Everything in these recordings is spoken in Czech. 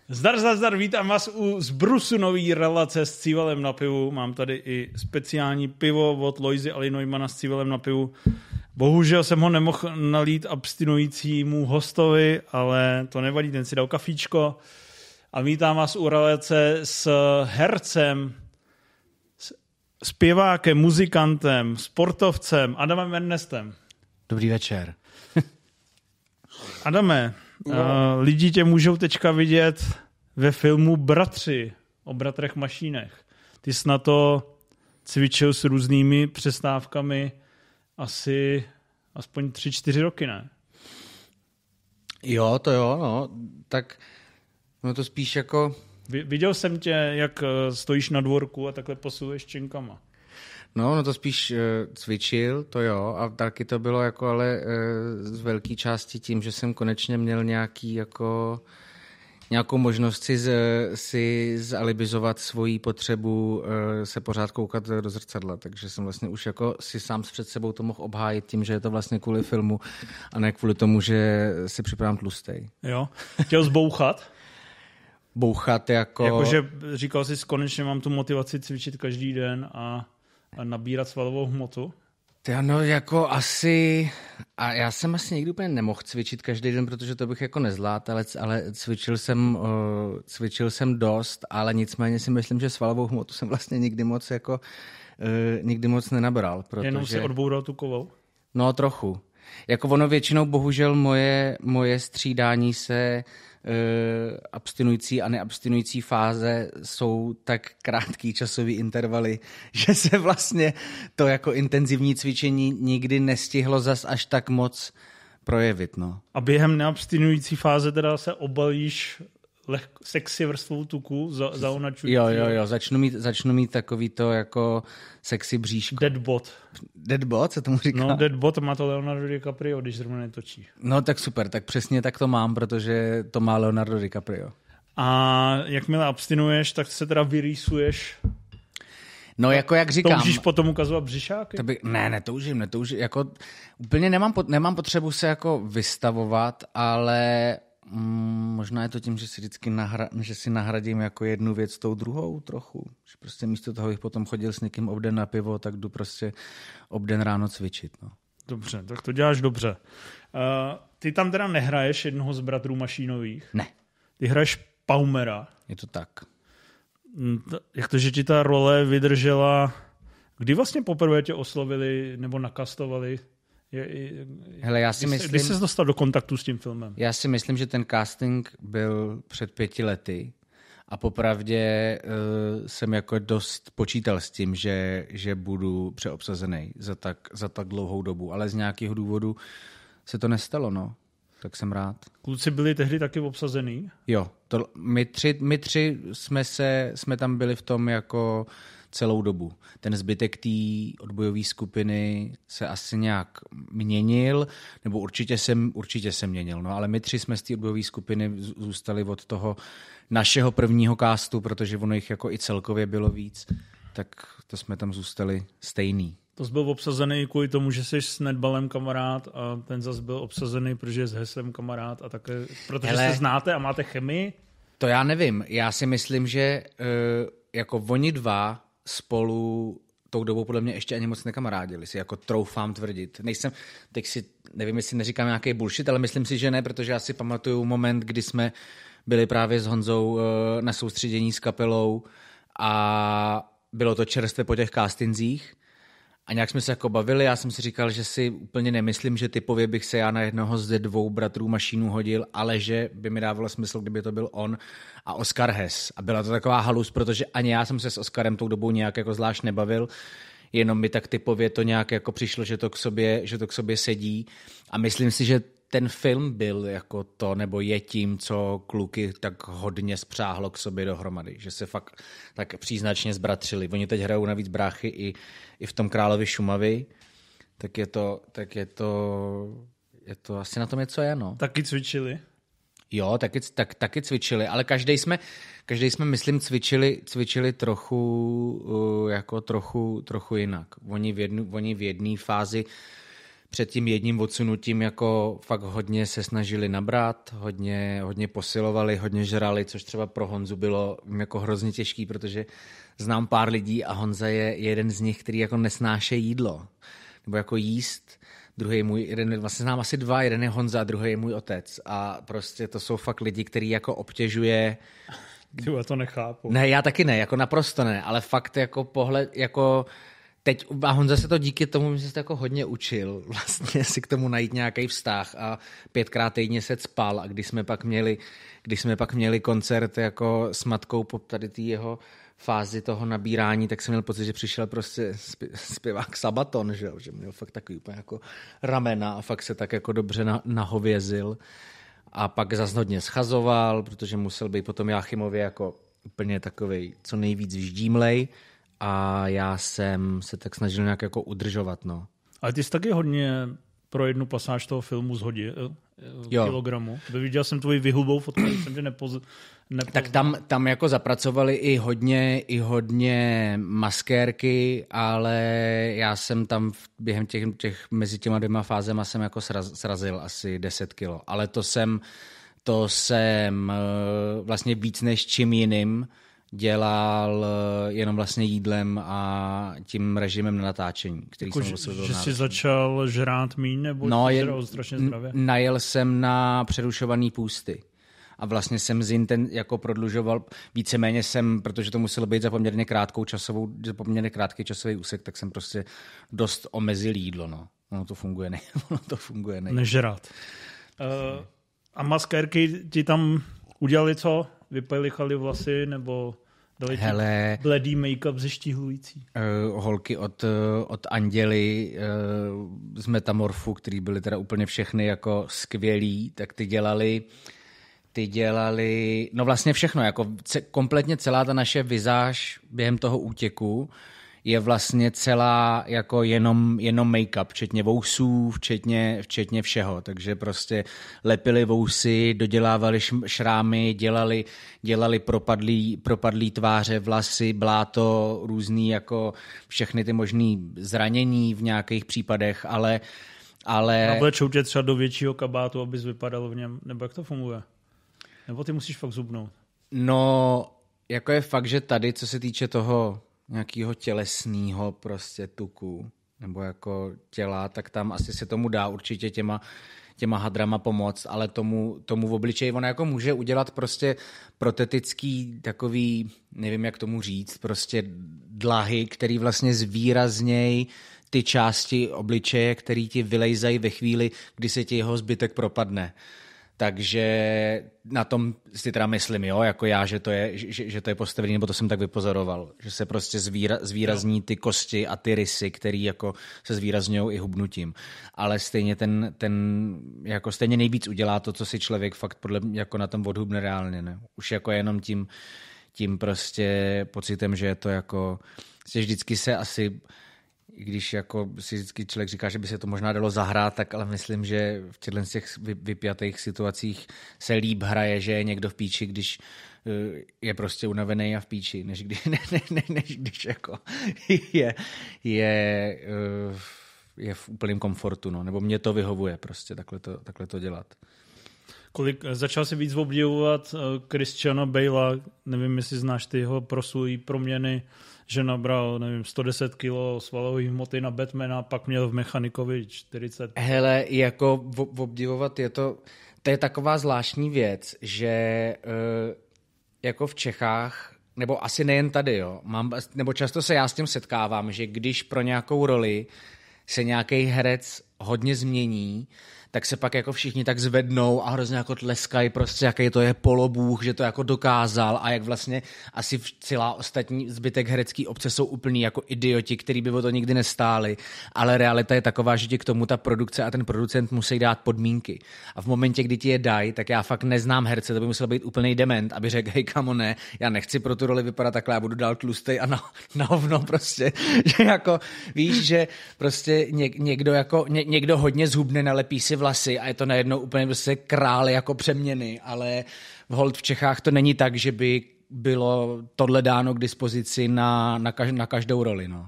Zdar, vítám vás u zbrusu nový relace s Cívalem na pivu. Mám tady i speciální pivo od Loisy Ali Neumana s Cívalem na pivu. Bohužel jsem ho nemohl nalít abstinujícímu hostovi, ale to nevadí, ten si dal kafíčko. A vítám vás u relace s hercem, zpěvákem, muzikantem, sportovcem Adamem Ernestem. Dobrý večer. Adame, lidi tě můžou teďka vidět ve filmu Bratři o bratrech Mašínech. Ty jsi na to cvičil s různými přestávkami asi aspoň 3-4 roky, ne? Jo, no. Tak no to spíš jako... Viděl jsem tě, jak stojíš na dvorku a takhle posuvuješ činkama. No to spíš cvičil, to jo, a taky to bylo jako ale z velké části tím, že jsem konečně měl nějakou možnost si zalibizovat svoji potřebu se pořád koukat do zrcadla, takže jsem vlastně už jako si sám před sebou to mohl obhájit tím, že je to vlastně kvůli filmu a ne kvůli tomu, že si připadám tlustej. Jo, chtěl zbouchat? Bouchat jako... Jakože říkal jsi, konečně mám tu motivaci cvičit každý den a nabírat svalovou hmotu? No jako asi... A já jsem asi nikdy úplně nemohl cvičit každý den, protože to bych jako nezvládl, ale cvičil jsem dost, ale nicméně si myslím, že svalovou hmotu jsem vlastně nikdy moc nenabral. Protože... Jenom si odboural tu kovou? No trochu. Jako ono většinou bohužel moje střídání se abstinující a neabstinující fáze jsou tak krátký časový intervaly, že se vlastně to jako intenzivní cvičení nikdy nestihlo zas až tak moc projevit. No. A během neabstinující fáze teda se obalíš sexy vrstvou tuku zaonačující? Jo, začnu mít takový to jako sexy bříško. Deadbot. Deadbot, co tomu říká? No, Deadbot má to Leonardo DiCaprio, když zrovna netočí. No tak super, tak přesně tak to mám, protože to má Leonardo DiCaprio. A jakmile abstinuješ, tak se teda vyrýsuješ? No jako jak říkám... Toužíš potom ukazovat břišáky? Netoužím. Jako, úplně nemám potřebu se jako vystavovat, ale... možná je to tím, že si vždycky nahradím jako jednu věc tou druhou trochu. Že prostě místo toho, abych potom chodil s někým obden na pivo, tak jdu prostě obden ráno cvičit. No. Dobře, tak to děláš dobře. Ty tam teda nehraješ jednoho z bratrů Mašínových? Ne. Ty hraješ Paumera. Je to tak. Jak to, že ti ta role vydržela... Kdy vlastně poprvé tě oslovili nebo nakastovali? Hele, Kdy jsi dostal do kontaktu s tím filmem? Já si myslím, že ten casting byl před 5 lety a popravdě jsem jako dost počítal s tím, že budu přeobsazený za tak dlouhou dobu, ale z nějakého důvodu se to nestalo, no. Tak jsem rád. Kluci byli tehdy taky obsazený? Jo, my tři jsme tam byli v tom jako celou dobu. Ten zbytek té odbojové skupiny se asi nějak měnil, nebo určitě se měnil, no, ale my tři jsme z té odbojové skupiny zůstali od toho našeho prvního castu, protože ono jich jako i celkově bylo víc, tak to jsme tam zůstali stejný. To jsi byl obsazený kvůli tomu, že jsi s netbalem kamarád a ten zas byl obsazený, protože je s heslem kamarád a také, protože se znáte a máte chemii? To já nevím. Já si myslím, že jako oni dva spolu tou dobou podle mě ještě ani moc nekamarádili, si jako troufám tvrdit. Nevím, jestli neříkám nějaký bullshit, ale myslím si, že ne, protože já si pamatuju moment, kdy jsme byli právě s Honzou na soustředění s kapelou a bylo to čerstvě po těch castingzích a nějak jsme se jako bavili, já jsem si říkal, že si úplně nemyslím, že typově bych se já na jednoho ze 2 bratrů Mašínů hodil, ale že by mi dávalo smysl, kdyby to byl on a Oskar Hess. A byla to taková halus, protože ani já jsem se s Oskarem tou dobou nějak jako zvlášť nebavil, jenom mi tak typově to nějak jako přišlo, že to k sobě sedí a myslím si, že ten film byl jako to, nebo je tím, co kluky tak hodně spřáhlo k sobě dohromady, že se fakt tak příznačně zbratřili. Oni teď hrajou navíc bráchy i v tom Královi Šumavy, tak je to asi na tom něco je, no. Taky cvičili? Jo, taky cvičili, ale každý jsme, myslím, cvičili trochu jinak. Oni v jedné fázi před tím jedním odsunutím jako fakt hodně se snažili nabrat, hodně posilovali, hodně žrali, což třeba pro Honzu bylo jako hrozně těžký, protože znám pár lidí a Honza je jeden z nich, který jako nesnáše jídlo. Nebo jako jíst. Druhý vlastně znám asi dva, jeden je Honza a druhý je můj otec. A prostě to jsou fakt lidi, který jako obtěžuje. Já to nechápu. Ne, já taky ne, jako naprosto ne, ale fakt jako pohled, jako teď, a Honza se to díky tomu, že se to jako hodně učil, vlastně si k tomu najít nějaký vztah a 5krát týdně se spal a když jsme pak měli koncert jako s Matkou po tady tý jeho fázi toho nabírání, tak jsem měl pocit, že přišel prostě zpěvák Sabaton, že měl fakt takový úplně jako ramena a fakt se tak jako dobře nahovězil a pak zase hodně schazoval, protože musel být potom Jáchymově jako úplně takovej co nejvíc vždímlej a já jsem se tak snažil nějak jako udržovat, no. Ale ty jsi taky hodně pro jednu pasáž toho filmu zhodil kilogramu. Viděl jsem tvoji vyhubou fotku, jsem tě nepoznal. Tak tam jako zapracovali i hodně maskérky, ale já jsem tam během těch mezi těma dvěma fázema jsem jako srazil asi 10 kilo. Ale to jsem vlastně víc než čím jiným dělal jenom vlastně jídlem a tím režimem na natáčení, který jako jsem musel že jsi začal žrát míň, nebo žral strašně zdravě? Najel jsem na přerušovaný půsty. A vlastně jsem jako prodlužoval, víceméně protože to muselo být za poměrně krátký časový úsek, tak jsem prostě dost omezil jídlo, no. Ono to funguje. Nežrat. A maskérky ti tam udělali co? Vypelichali vlasy, nebo dali ti bledý make-up zeštíhlující? Holky od Anděly z Metamorfu, který byly teda úplně všechny jako skvělý, tak ty dělali, no vlastně všechno, jako kompletně celá ta naše vizáž během toho útěku je vlastně celá jako jenom make-up, včetně vousů, včetně všeho, takže prostě lepili vousy, dodělávali šrámy, dělali propadlý tváře, vlasy, bláto, různý jako všechny ty možný zranění v nějakých případech, ale... A vlečou tě třeba do většího kabátu, abys vypadal v něm, nebo jak to funguje? Nebo ty musíš fakt zubnout? No, jako je fakt, že tady, co se týče toho nějakého tělesného prostě tuku, nebo jako těla, tak tam asi se tomu dá určitě těma hadrama pomoct, ale tomu v obličeji ona jako může udělat prostě protetický takový, nevím jak tomu říct, prostě dlahy, který vlastně zvýrazněj ty části obličeje, který ti vylejzají ve chvíli, kdy se ti jeho zbytek propadne. Takže na tom si teda myslím, jo, jako já, že to je postavený, nebo to jsem tak vypozoroval, že se prostě zvýrazní ty kosti a ty rysy, který jako se zvýrazňují i hubnutím. Ale stejně jako stejně nejvíc udělá to, co si člověk fakt podle mě jako na tom odhubne reálně, ne? Už jako jenom tím prostě pocitem, že je to jako, že vždycky se asi, když jako si vždycky člověk říká, že by se to možná dalo zahrát, tak ale myslím, že v těch vypjatých situacích se líp hraje, že je někdo v píči, když je prostě unavený a v píči, než když jako je v úplném komfortu, no. Nebo mě to vyhovuje prostě takhle to dělat. Začal si víc obdivovat Christiana Bale'a, nevím, jestli znáš ty jeho proslulý proměny, že nabral, nevím, 110 kilo svalové hmoty na Batmana, pak měl v Mechanikovi 40. Hele, jako obdivovat to je taková zvláštní věc, že jako v Čechách, nebo asi nejen tady, jo, nebo často se já s tím setkávám, že když pro nějakou roli se nějaký herec hodně změní, tak se pak jako všichni tak zvednou a hrozně jako tleskají prostě, jaký to je polobůh, že to jako dokázal a jak vlastně asi celá ostatní zbytek herecký obce jsou úplný jako idioti, který by o to nikdy nestáli, ale realita je taková, že ti k tomu ta produkce a ten producent musí dát podmínky. A v momentě, kdy ti je dají, tak já fakt neznám herce, to by musel být úplný dement, aby řekl, hej kamo ne, já nechci pro tu roli vypadat takhle, já budu dál tlustej a na hovno prostě, že jako víš, že prostě někdo hodně zhubne, nalepí si vlasy a je to najednou úplně prostě král jako přeměny, ale holt v Čechách to není tak, že by bylo tohle dáno k dispozici na každou roli, no.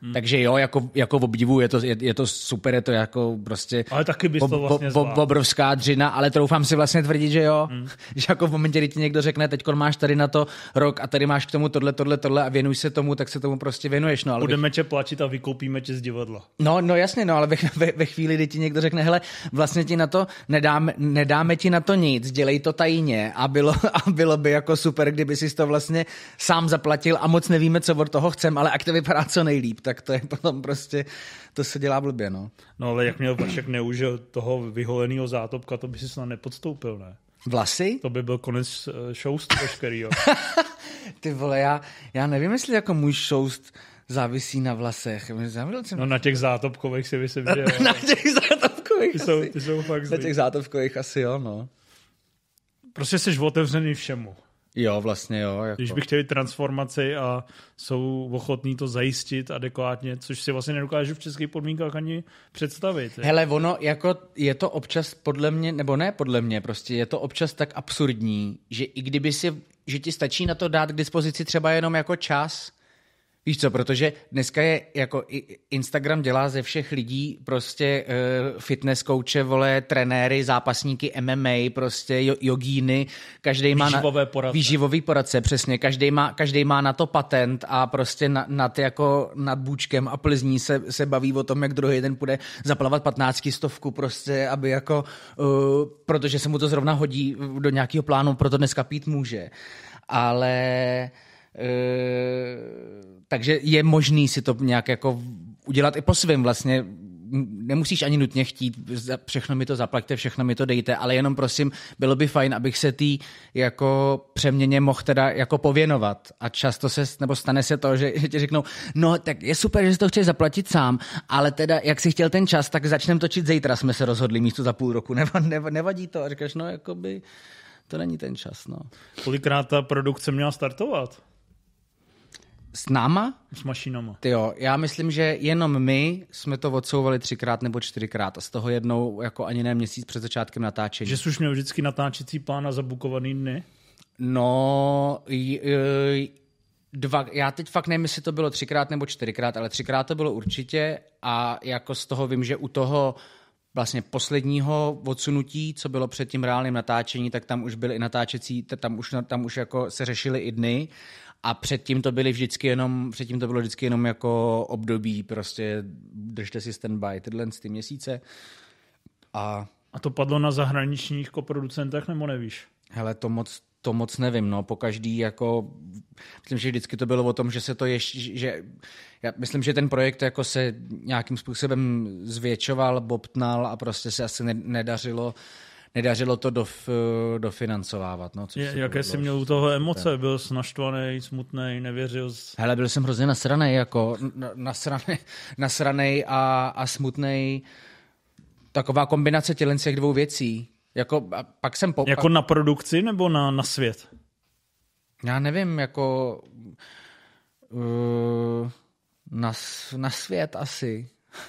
Takže jo, jako obdivu, je to super, je to jako prostě ale taky bys to vlastně obrovská dřina, ale troufám si vlastně tvrdit, že jo, že jako v momentě, kdy ti někdo řekne, teď máš tady na to rok a tady máš k tomu tohle a věnuj se tomu, tak se tomu prostě věnuješ. No, ale budeme tě platit a vykoupíme tě z divadla. No jasně, no, ale ve chvíli, kdy ti někdo řekne, hele, vlastně ti na to nedáme ti na to nic, dělej to tajně a bylo by jako super, kdyby si to vlastně sám zaplatil a moc nevíme, co od toho chcem, ale ak to vypadá co nejlíp, tak to je potom prostě, to se dělá blbě, no. No ale jak měl Vašek neužil toho vyholeného Zátopka, to by si snad nepodstoupil, ne? Vlasy? To by byl konec šoustu veškerýho. Ty vole, já nevím, jestli jako můj šoust závisí na vlasech. No na těch Zátopkových si myslím, že jo. Na těch Zátopkových ty jsou fakt zlý. Na těch Zátopkových asi jo, no. Prostě jsi otevřený všemu. Jo, vlastně jo. Jako. Když by chtěli transformaci a jsou ochotní to zajistit adekvátně, což si vlastně nedokážu v českých podmínkách ani představit. Hele, ono jako je to občas podle mě, nebo ne podle mě, prostě je to občas tak absurdní, že i kdyby že ti stačí na to dát k dispozici třeba jenom jako čas. Víš co, protože dneska je jako Instagram dělá ze všech lidí prostě fitness kouče, vole, trenéry, zápasníky MMA, prostě jogíny, každý má výživový poradce, přesně, každý má na to patent a prostě nad bůčkem a plzní se baví o tom, jak druhý den půjde zaplavat 15 stovku prostě, aby jako, protože se mu to zrovna hodí do nějakého plánu, proto dneska pít může. Ale takže je možný si to nějak jako udělat i po svým vlastně. Nemusíš ani nutně chtít, všechno mi to zaplaťte, všechno mi to dejte, ale jenom prosím, bylo by fajn, abych se tý jako přeměně mohl teda jako pověnovat. A často stane se to, že ti řeknou, no tak je super, že si to chceš zaplatit sám, ale teda jak jsi chtěl ten čas, tak začneme točit zítra, jsme se rozhodli místo za půl roku. Nevadí to. A říkáš, no jakoby to není ten čas, no. Kolikrát ta produkce měla startovat? S náma? S mašinama. Tyjo, já myslím, že jenom my jsme to odsouvali 3x nebo 4x a z toho jednou jako ani ne měsíc před začátkem natáčení. Že jsi už měl vždycky natáčecí plán a zabukovaný dny? No, já teď fakt nevím, jestli to bylo 3x nebo 4x, ale 3x to bylo určitě a jako z toho vím, že u toho vlastně posledního odsunutí, co bylo před tím reálným natáčení, tak tam už byly i natáčecí, tam už jako se řešily i dny. A předtím to bylo vždycky jenom jako období, prostě držte si standby tyhle ty měsíce. A to padlo na zahraničních koproducentech, nebo nevíš? Hele, to moc nevím, no, pokaždý jako, myslím, že vždycky to bylo o tom, že se to já myslím, že ten projekt jako se nějakým způsobem zvětšoval, bobtnal a prostě se asi nedařilo to dofinancovávat. No, jaké jsi měl u toho emoce? Byl jsi naštvaný, smutný, nevěřil? Hele, byl jsem hrozně nasranej, jako nasranej a smutnej. Taková kombinace těch dvou věcí. Jako, pak jsem jako na produkci nebo na svět? Já nevím, jako na svět asi.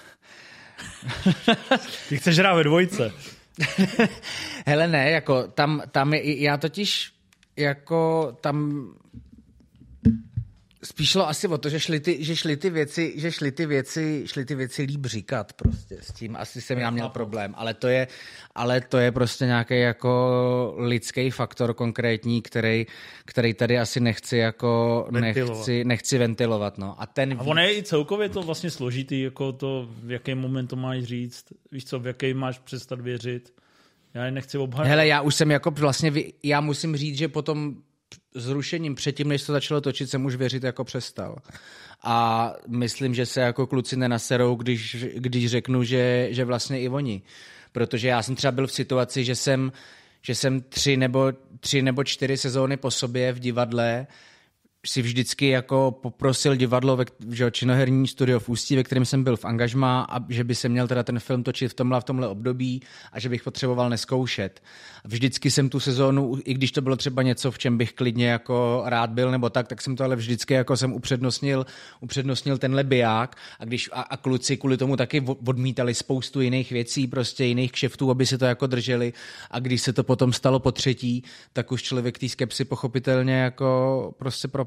Ty chceš hrát ve dvojce? Hele ne, jako tam je, já totiž jako tam spíš šlo asi o to, že šly ty věci líp říkat prostě s tím, asi jsem já měl problém, ale to je prostě nějaký jako lidský faktor konkrétní, který tady asi nechci ventilovat, no. A ono je i celkově to vlastně složitý, jako to, v jaký moment to máš říct, víš co, v jaký máš přestat věřit. Já je nechci obhajovat. Hele, já už jsem jako vlastně, já musím říct, že potom zrušením předtím, než to začalo točit, jsem už věřit jako přestal. A myslím, že se jako kluci nenaserou, když řeknu, že vlastně i oni. Protože já jsem třeba byl v situaci, že jsem 3 nebo 4 sezóny po sobě v divadle si vždycky jako poprosil divadlo, činoherní studio v Ústí, ve kterém jsem byl v angažmá, a že by se měl teda ten film točit v tomhle období a že bych potřeboval neskoušet. Vždycky jsem tu sezónu, i když to bylo třeba něco, v čem bych klidně jako rád byl nebo tak jsem to ale vždycky jako jsem upřednostnil tenhle biják a kluci kvůli tomu taky odmítali spoustu jiných věcí, prostě jiných kšeftů, aby se to jako drželi, a když se to potom stalo po třetí, tak už člověk té skepsy pochopitelně jako prostě propadl.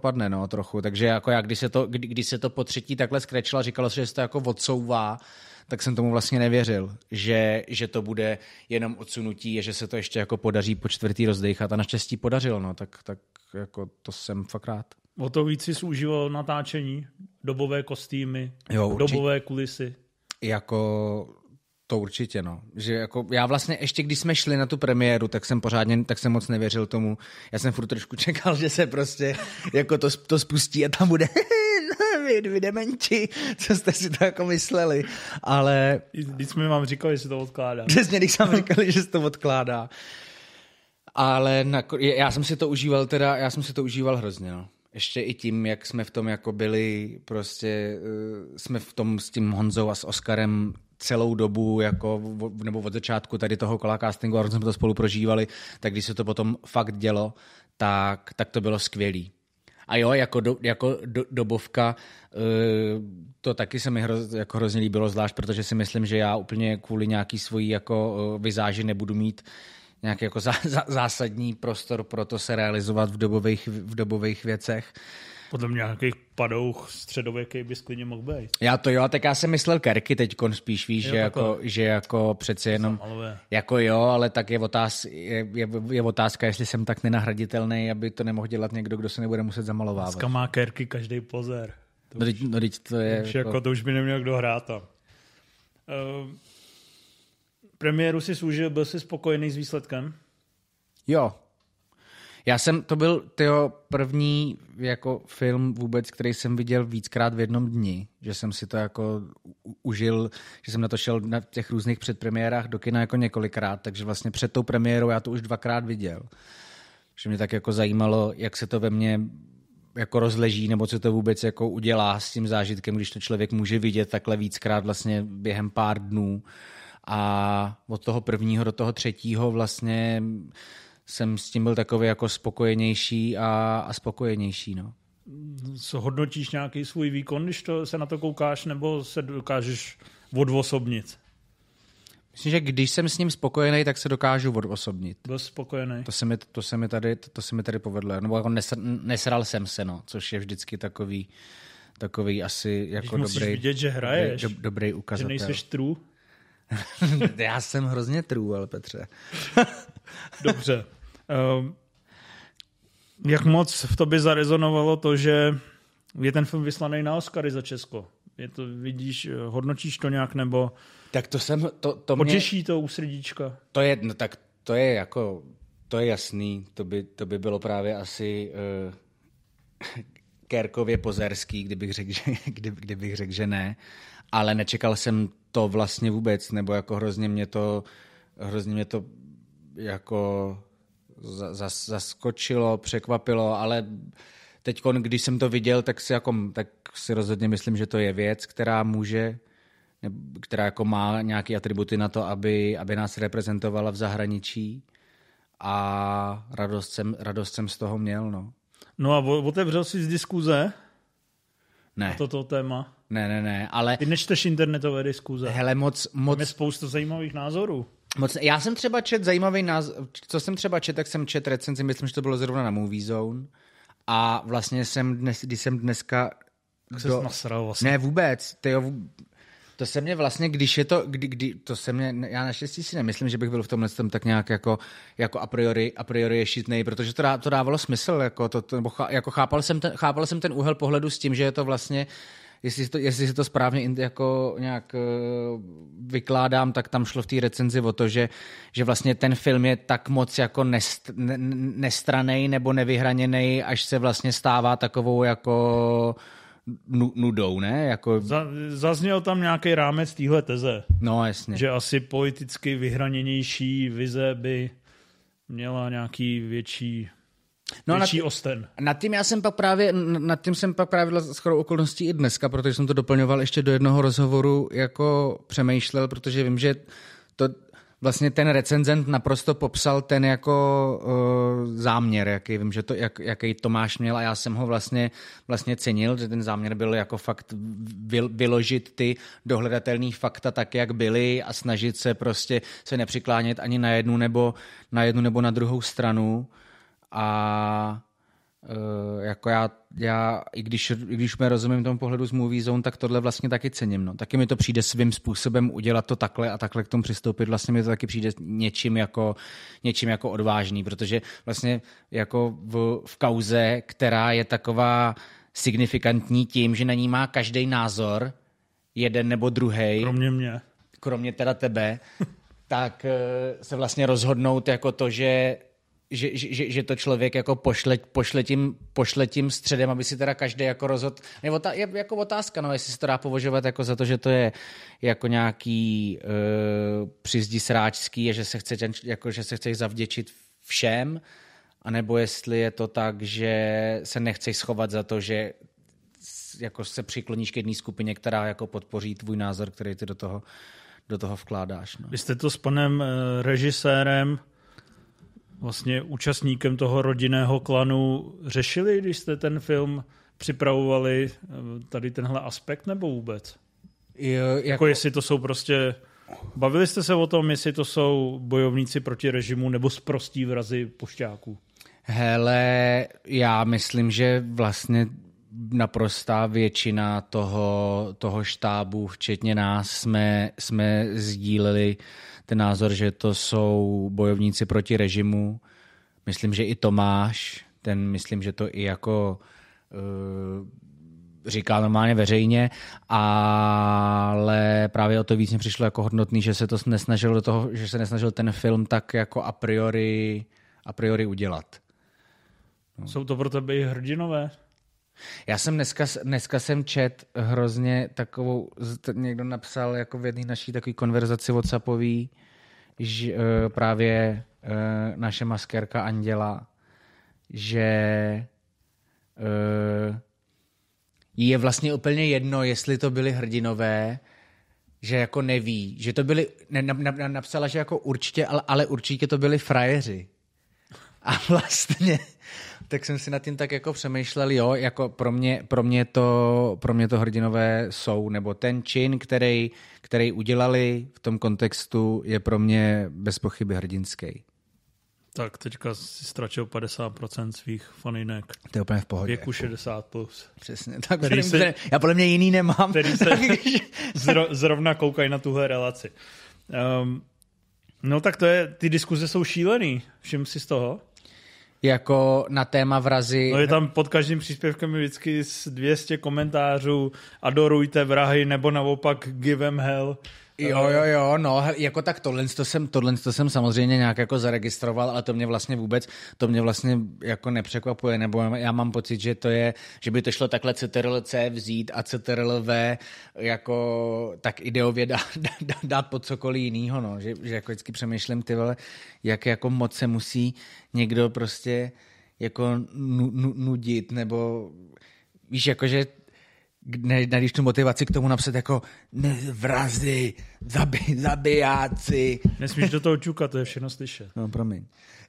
dopadne, no, trochu. Takže jako já, když se to po třetí takhle skrečilo a říkalo se, že se to jako odsouvá, tak jsem tomu vlastně nevěřil, že to bude jenom odsunutí a že se to ještě jako podaří po čtvrtý rozdejchat a naštěstí podařilo, no, tak jako to jsem fakt rád. O to víc jsi užíval natáčení, dobové kostýmy, dobové kulisy. Jako to určitě, no. Že jako já vlastně ještě, když jsme šli na tu premiéru, tak jsem moc nevěřil tomu. Já jsem furt trošku čekal, že se prostě jako to spustí a tam bude vy dementi, co jste si to jako mysleli, ale... Když jsme vám říkali, že se to odkládá. Přesně, když jsme říkali, že se to odkládá. Ale já jsem si to užíval hrozně, no. Ještě i tím, jak jsme v tom jako byli, prostě jsme v tom s tím Honzou a s Oskarem celou dobu, jako, nebo od začátku tady toho castingu, a jsme to spolu prožívali, tak když se to potom fakt dělo, tak to bylo skvělý. A jo, jako dobovka, to taky se mi jako hrozně líbilo, zvlášť, protože si myslím, že já úplně kvůli nějaký svojí jako vizáži nebudu mít nějaký jako zásadní prostor pro to se realizovat v dobových věcech. Podle mě nějakých padouch středověký by klidně mohl být. Tak já jsem myslel Kerky teďkon spíš, víš, že jako přeci jenom, jako jo, ale tak je otázka, jestli jsem tak nenahraditelný, aby to nemohl dělat někdo, kdo se nebude muset zamalovávat. Dneska má Kerky každý pozér. To je... To už by neměl kdo hrát tam. Premiéru si služil, byl jsi spokojený s výsledkem? Jo. To byl první jako film vůbec, který jsem viděl víckrát v jednom dni, že jsem si to jako užil, že jsem na to šel na těch různých předpremiérách do kina jako několikrát, takže vlastně před tou premiérou já to už 2krát viděl. Že mě tak jako zajímalo, jak se to ve mně jako rozleží, nebo co to vůbec jako udělá s tím zážitkem, když to člověk může vidět takhle víckrát vlastně během pár dnů. A od toho prvního do toho třetího vlastně jsem s tím byl takový jako spokojenější a spokojenější, no. Co hodnotíš nějaký svůj výkon, když se na to koukáš, nebo se dokážeš odosobnit? Myslím, že když jsem s ním spokojený, tak se dokážu odosobnit. Byl spokojený? To se mi tady povedlo. Nebo jako nesral jsem se, no, což je vždycky takový asi jako když musíš vidět, že hraješ, dobrý ukazatel. Že nejseš true? Já jsem hrozně true, ale Petře. Dobře. Jak moc v tobě zarezonovalo to, že je ten film vyslaný na Oscary za Česko? Vidíš, hodnotíš to nějak, nebo tak potěší to u srdíčka? To je jasný, to by bylo právě asi Kerkově pozerský, kdybych řekl, že ne, ale nečekal jsem to vlastně vůbec, nebo jako hrozně mě to jako zaskočilo, překvapilo, ale teď, když jsem to viděl, tak si rozhodně myslím, že to je věc, která jako má nějaké atributy na to, aby nás reprezentovala v zahraničí, a radost jsem z toho měl, no. No a otevřel jsi z diskuze? Ne. A toto téma? Ne, ale... Ty nečteš internetové diskuze? Hele, moc... Tam je spousta zajímavých názorů. Já jsem třeba čet zajímavý názor, co jsem třeba čet, tak jsem čet recenzi, myslím, že to bylo zrovna na Movie Zone, a vlastně když jsem dneska... Tak ses nasral vlastně. Ne, vůbec, to se mě vlastně, já naštěstí si nemyslím, že bych byl v tomhle tak nějak jako a priori ješitnej, protože to dávalo smysl, jako chápal jsem ten úhel pohledu s tím, že je to vlastně, jestli si to správně jako nějak vykládám, tak tam šlo v té recenzi o to, že vlastně ten film je tak moc jako nestrannej nebo nevyhraněnej, až se vlastně stává takovou jako nudou, ne? Jako... Zazněl tam nějaký rámec téhle teze. No, jasně. Že asi politicky vyhraněnější vize by měla nějaký větší osten. Nad tím jsem pak právě shodou okolností i dneska, protože jsem to doplňoval ještě do jednoho rozhovoru, jako přemýšlel, protože vím, že to vlastně ten recenzent naprosto popsal ten jako záměr, jaký Tomáš měl, a já jsem ho vlastně cenil, že ten záměr byl jako fakt vyložit ty dohledatelný fakta tak, jak byly, a snažit se prostě se nepřiklánět ani na jednu nebo na druhou stranu, a Jako já i když mě rozumím tomu pohledu z Movie Zone, tak tohle vlastně taky cením. No. Taky mi to přijde svým způsobem udělat to takhle a takhle k tomu přistoupit. Vlastně mi to taky přijde něčím jako odvážný, protože vlastně jako v kauze, která je taková signifikantní tím, že na ní má každý názor, jeden nebo druhej. Kromě mě. Kromě teda tebe, tak se vlastně rozhodnout jako to, že to člověk jako pošle tím středem, aby si teda každý jako rozhodl. Je jako otázka, no, jestli se to dá považovat jako za to, že to je jako nějaký přizdi sráčský a že se chceš zavděčit všem, anebo jestli je to tak, že se nechceš schovat za to, že jako se přikloníš k jedné skupině, která jako podpoří tvůj názor, který ty do toho vkládáš. No. Vy jste to s panem režisérem, vlastně účastníkem toho rodinného klanu řešili, když jste ten film připravovali, tady tenhle aspekt, nebo vůbec? Jako jestli to jsou prostě... Bavili jste se o tom, jestli to jsou bojovníci proti režimu nebo sprostí vrazi pošťáků? Hele, já myslím, že vlastně naprostá většina toho štábu, včetně nás, jsme sdíleli ten názor, že to jsou bojovníci proti režimu. Myslím, že i Tomáš, myslím, že to i jako říká normálně veřejně, ale právě o to víc mě přišlo jako hodnotný, že se to nesnažil že se nesnažil ten film tak jako a priori udělat. No. Jsou to pro tebe i hrdinové? Já jsem dneska jsem čet hrozně takovou, někdo napsal jako v jedné naší takové konverzaci WhatsAppový, že právě naše maskérka Anděla, že jí je vlastně úplně jedno, jestli to byli hrdinové, že jako neví, že to byli, napsala, že jako určitě, ale určitě to byli frajeři. A vlastně tak jsem si nad tím tak jako přemýšlel, jo, jako pro mě to hrdinové jsou, nebo ten čin, který udělali v tom kontextu, je pro mě bez pochyby hrdinský. Tak teďka si ztratil 50% svých faninek. To je úplně v pohodě. Věku 60+. Přesně. Tak já podle mě jiný nemám. Který se zrovna koukají na tuhle relaci. No tak to je, ty diskuze jsou šílený. Všim si z toho? Jako na téma vrazy. No je tam pod každým příspěvkem vždycky 200 komentářů, adorujte vrahy, nebo naopak give them hell. Jo, no, jako tak tohle jsem samozřejmě nějak jako zaregistroval, ale to mě vlastně jako nepřekvapuje, nebo já mám pocit, že to je, že by to šlo takhle CTRL-C vzít a CTRL-V jako tak ideově dát pod cokoliv jinýho, no, že jako vždycky přemýšlím, ty vole, jak jako moc se musí někdo prostě jako nudit, nebo víš, jakože když tu motivaci k tomu napsat jako vrazy, zabijáci. Nesmíš do toho čukat, to je všechno slyšet. No, promiň.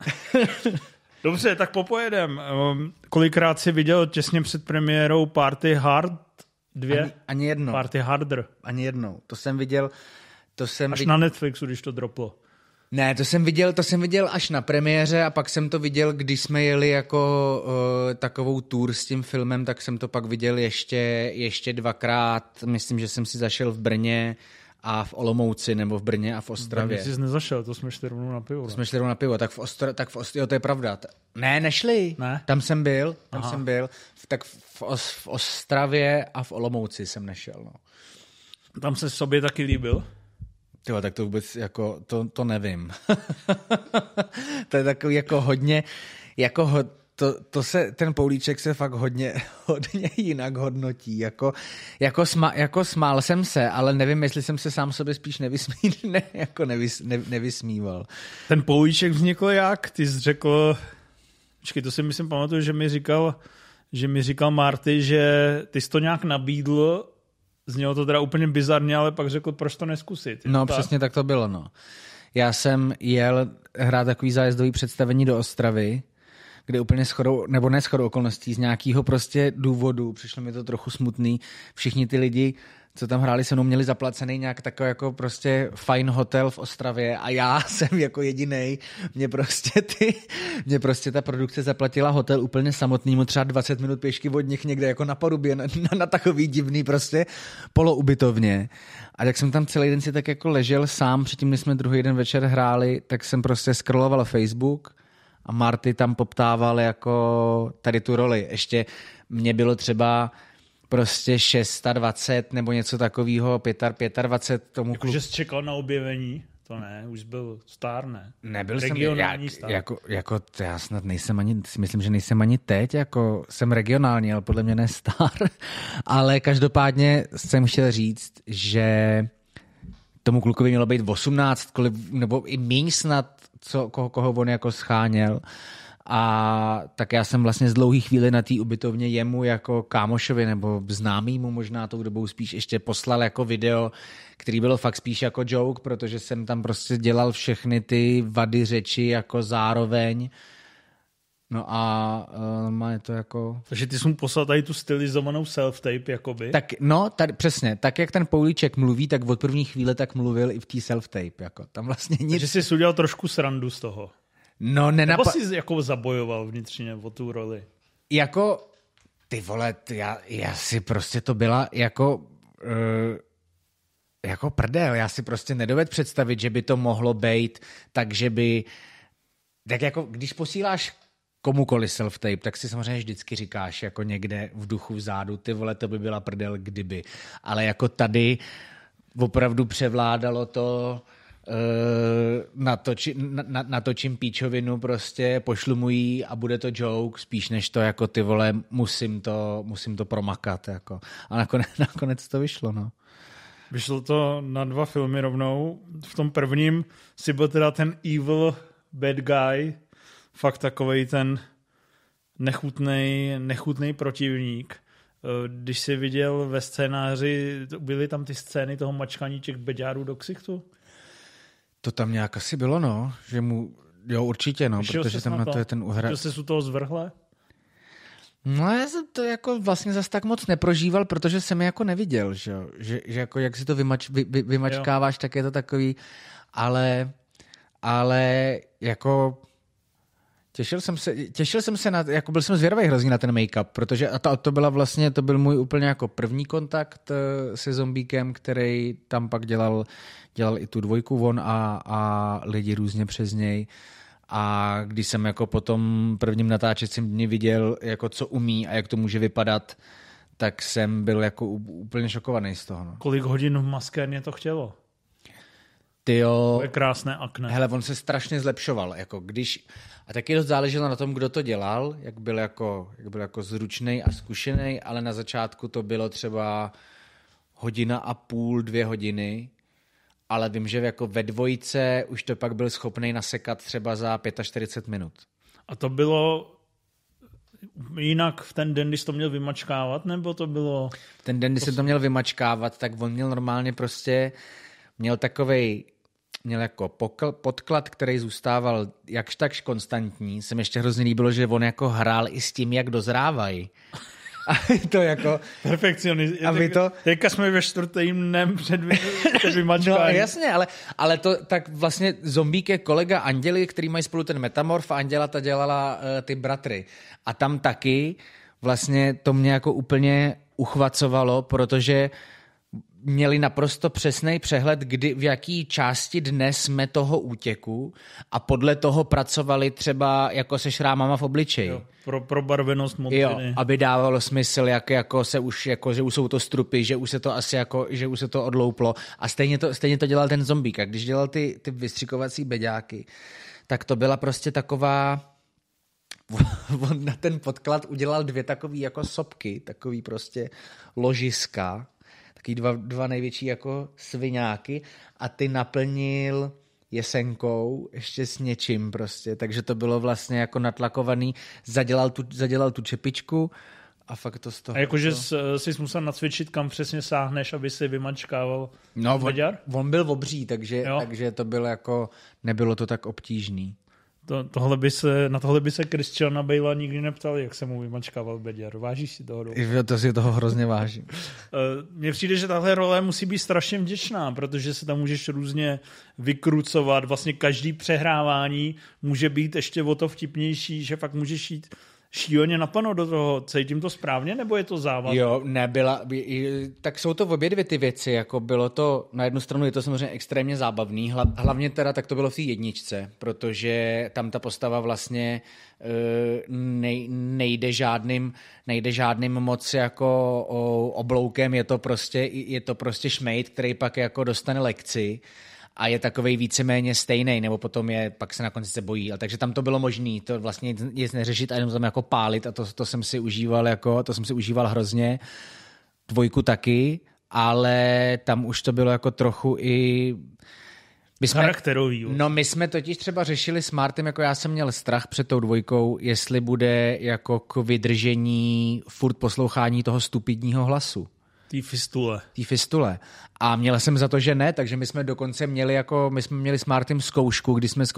Dobře, tak popojedem. Kolikrát jsi viděl těsně před premiérou Party Hard 2? Ani jednou. Party Harder. Ani jednou. To jsem viděl... Až na Netflixu, když to droplo. Ne, to jsem viděl až na premiéře a pak jsem to viděl, když jsme jeli jako takovou tour s tím filmem, tak jsem to pak viděl ještě dvakrát. Myslím, že jsem si zašel v Brně a v Olomouci, nebo v Brně a v Ostravě. V Brně jsi nezašel, to jsme šli rovnou na pivo. To jsme šli rovnou na pivo, tak v Ostravě, jo, to je pravda. Ne, nešli. Ne? Tam jsem byl. Tak v Ostravě a v Olomouci jsem nešel, no. Tam se sobě taky líbil? Tyva, tak to vůbec jako, to nevím. To je takový jako hodně, jako ten Poulíček se fakt hodně jinak hodnotí. Jako smál jsem se, ale nevím, jestli jsem se sám sobě spíš nevysmíval. Ten Poulíček vznikl jak? Ty jsi řekl, počkej, to si myslím pamatuju, že mi říkal Marty, že ty jsi to nějak nabídl. Znělo to teda úplně bizarně, ale pak řekl, proč to neskusit. No přesně tak to bylo, no. Já jsem jel hrát takový zájezdový představení do Ostravy, kde úplně shodou okolností z nějakého prostě důvodu, přišlo mi to trochu smutný, všichni ty lidi co tam hráli se mnou, měli zaplacený nějak takový jako prostě fajn hotel v Ostravě a já jsem jako jedinej. Mě prostě ta produkce zaplatila hotel úplně samotnýmu, třeba 20 minut pěšky od nich někde jako na Porubě, na takový divný prostě poloubytovně. A jak jsem tam celý den si tak jako ležel sám, předtím, než jsme druhý den večer hráli, tak jsem prostě scrolloval Facebook a Marty tam poptával jako tady tu roli. Ještě mě bylo třeba prostě 26 nebo něco takového, 25 tomu klubu. Jakože jsi čekal na objevení? To ne, už byl star, ne? Nebyl regionální star. Jako já snad nejsem ani, si myslím, že nejsem ani teď, jako jsem regionální, ale podle mě ne star. Ale každopádně jsem chtěl říct, že tomu klukovi mělo být 18, nebo i míň snad, koho on jako scháněl. A tak já jsem vlastně z dlouhý chvíli na té ubytovně jemu jako kámošovi nebo známýmu možná tou dobou spíš ještě poslal jako video, který bylo fakt spíš jako joke, protože jsem tam prostě dělal všechny ty vady řeči jako zároveň. No a má to jako... Takže ty jsi mu poslal tady tu stylizovanou self-tape, jakoby? Tak, no, tady, přesně. Tak, jak ten Poulíček mluví, tak od první chvíle tak mluvil i v té self-tape. Jako. Tam vlastně nic... Takže jsi udělal trošku srandu z toho. No, Nebo jsi jako zabojoval vnitřně o tu roli? Jako, ty vole, já si prostě to byla jako prdel. Já si prostě nedovedu představit, že by to mohlo být, takže by... Tak jako, když posíláš komukoliv self-tape, tak si samozřejmě vždycky říkáš jako někde v duchu vzadu, ty vole, to by byla prdel, kdyby. Ale jako tady opravdu převládalo to... natočím píčovinu, prostě pošlu mu jí a bude to joke, spíš než to jako ty vole, musím to promakat. Jako. A nakonec to vyšlo, no. Vyšlo to na 2 filmy rovnou. V tom prvním si byl teda ten evil bad guy, fakt takovej ten nechutnej protivník. Když jsi viděl ve scénáři, byly tam ty scény toho mačkání těch beďárů do ksichtu? To tam nějak asi bylo, no, že mu, jo, určitě, no, Vyšel protože tam na to je ten uhra... Že jsi u toho zvrhle? No, já jsem to jako vlastně zas tak moc neprožíval, protože jsem je jako neviděl, že jako jak si to vymačkáváš, tak je to takový, ale jako těšil jsem se na, jako byl jsem zvědavý hrozně na ten make-up, protože to byl můj úplně jako první kontakt se zombíkem, který tam pak dělal i tu 2 on a lidi různě přes něj. A když jsem jako po tom prvním natáčecím dni viděl, jako co umí a jak to může vypadat, tak jsem byl jako úplně šokovaný z toho. No. Kolik hodin v maskérně to chtělo? Tyjo, to je krásné akné. Hele, on se strašně zlepšoval. Jako když, a taky dost záleželo na tom, kdo to dělal, jak byl jako zručnej a zkušenej, ale na začátku to bylo třeba 1,5 hodiny, 2 hodiny, ale vím, že jako ve 2 už to pak byl schopný nasekat třeba za 45 minut. A to bylo jinak v ten den, když to měl vymačkávat, nebo to bylo... Ten den, kdy jsem to měl vymačkávat, tak on měl normálně prostě, měl jako podklad, který zůstával jakž takž konstantní. Se mi ještě hrozně líbilo, že on jako hrál i s tím, jak dozrávají. A to jako... Perfekcionist. To... Teďka jsme ve 4. dnem před vymačkáním. No jasně, ale to tak vlastně Zombík je kolega Anděly, který mají spolu ten metamorf a Anděla ta dělala ty bratry. A tam taky vlastně to mě jako úplně uchvacovalo, protože měli naprosto přesný přehled, kdy v jaký části dne jsme toho útěku a podle toho pracovali třeba jako se šrámama v obličeji. Jo, pro barvenost montiny. Jo, aby dávalo smysl, jako se už, jako, že už jsou to strupy, že už se to asi jako, že už se to odlouplo. A stejně to dělal ten zombík. A když dělal ty vystřikovací beďáky, tak to byla prostě taková... On na ten podklad udělal 2 takový jako sopky, takový prostě ložiska, taky 2 největší jako sviňáky a ty naplnil jesenkou ještě s něčím prostě, takže to bylo vlastně jako natlakovaný, zadělal tu čepičku a fakt to z toho... A jakože jsi musel nacvičit, kam přesně sáhneš, aby si vymačkával beďar? On byl obří, takže to bylo jako, nebylo to tak obtížný. Na tohle by se Christiana Bale'a nikdy neptal, jak se mu vymačkával beděr. Vážíš si toho? To si toho hrozně vážím. Mně přijde, že tahle role musí být strašně vděčná, protože se tam můžeš různě vykrucovat. Vlastně každý přehrávání může být ještě o to vtipnější, že fakt můžeš jít šíleně napadnout do toho. Cítím to správně, nebo je to závadné? Jo, tak jsou to obě dvě ty věci, jako bylo to, na jednu stranu je to samozřejmě extrémně zábavný, hlavně teda tak to bylo v té jedničce, protože tam ta postava vlastně nejde žádným moc jako obloukem, je to prostě šmejd, který pak jako dostane lekci a je takovej víceméně stejnej, nebo pak se na konci se bojí. Takže tam to bylo možné, to vlastně nic neřešit a jenom tam jako pálit a to jsem si užíval hrozně. 2 taky, ale tam už to bylo jako trochu i charakterový. No my jsme totiž třeba řešili s Martem, jako já jsem měl strach před tou 2, jestli bude jako k vydržení furt poslouchání toho stupidního hlasu. Té fistule. A měl jsem za to, že ne, takže my jsme dokonce měli s Martym zkoušku, kdy jsme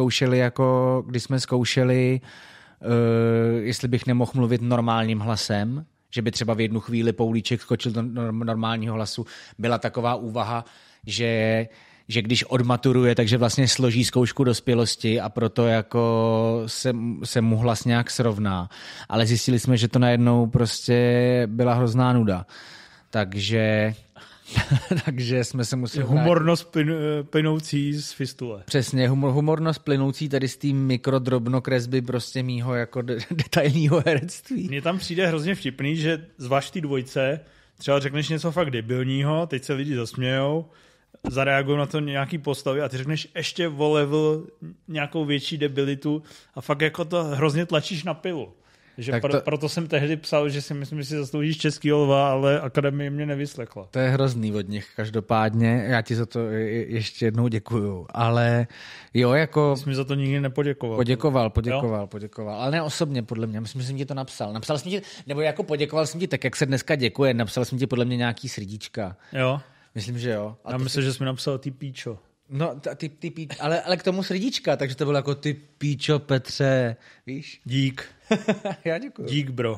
zkoušeli, jestli bych nemohl mluvit normálním hlasem, že by třeba v jednu chvíli Poulíček skočil do normálního hlasu. Byla taková úvaha, že když odmaturuje, takže vlastně složí zkoušku dospělosti a proto jako se mu hlas nějak srovná. Ale zjistili jsme, že to najednou prostě byla hrozná nuda. Takže jsme se museli... Humornost plynoucí z fistule. Přesně, humornost plynoucí tady z té mikrodrobnokresby prostě mýho jako detailního herectví. Mně tam přijde hrozně vtipný, že zvlášť ty 2 třeba řekneš něco fakt debilního, teď se lidi zasmějou, zareagují na to nějaký postavy a ty řekneš ještě o level nějakou větší debilitu a fakt jako to hrozně tlačíš na pilu. Že proto jsem tehdy psal, že si myslím, že si zasloužíš českýho lva, ale akademie mě nevyslechla. To je hrozný od nich, každopádně. Já ti za to ještě jednou děkuju. Ale jo, jako... Jsi mi za to nikdy nepoděkoval. Poděkoval. Ale ne osobně, podle mě. Myslím, že jsem ti to napsal. Napsal jsem ti, nebo jako poděkoval jsem ti tak, jak se dneska děkuje. Napsal jsem ti podle mě nějaký srdíčka. Jo? Myslím, že jo. Já myslím, že jsi mi napsal ty píčo. No, ale k tomu srdíčka, takže to bylo jako ty píčo, Petře, víš? Dík. Já děkuju. Dík, bro.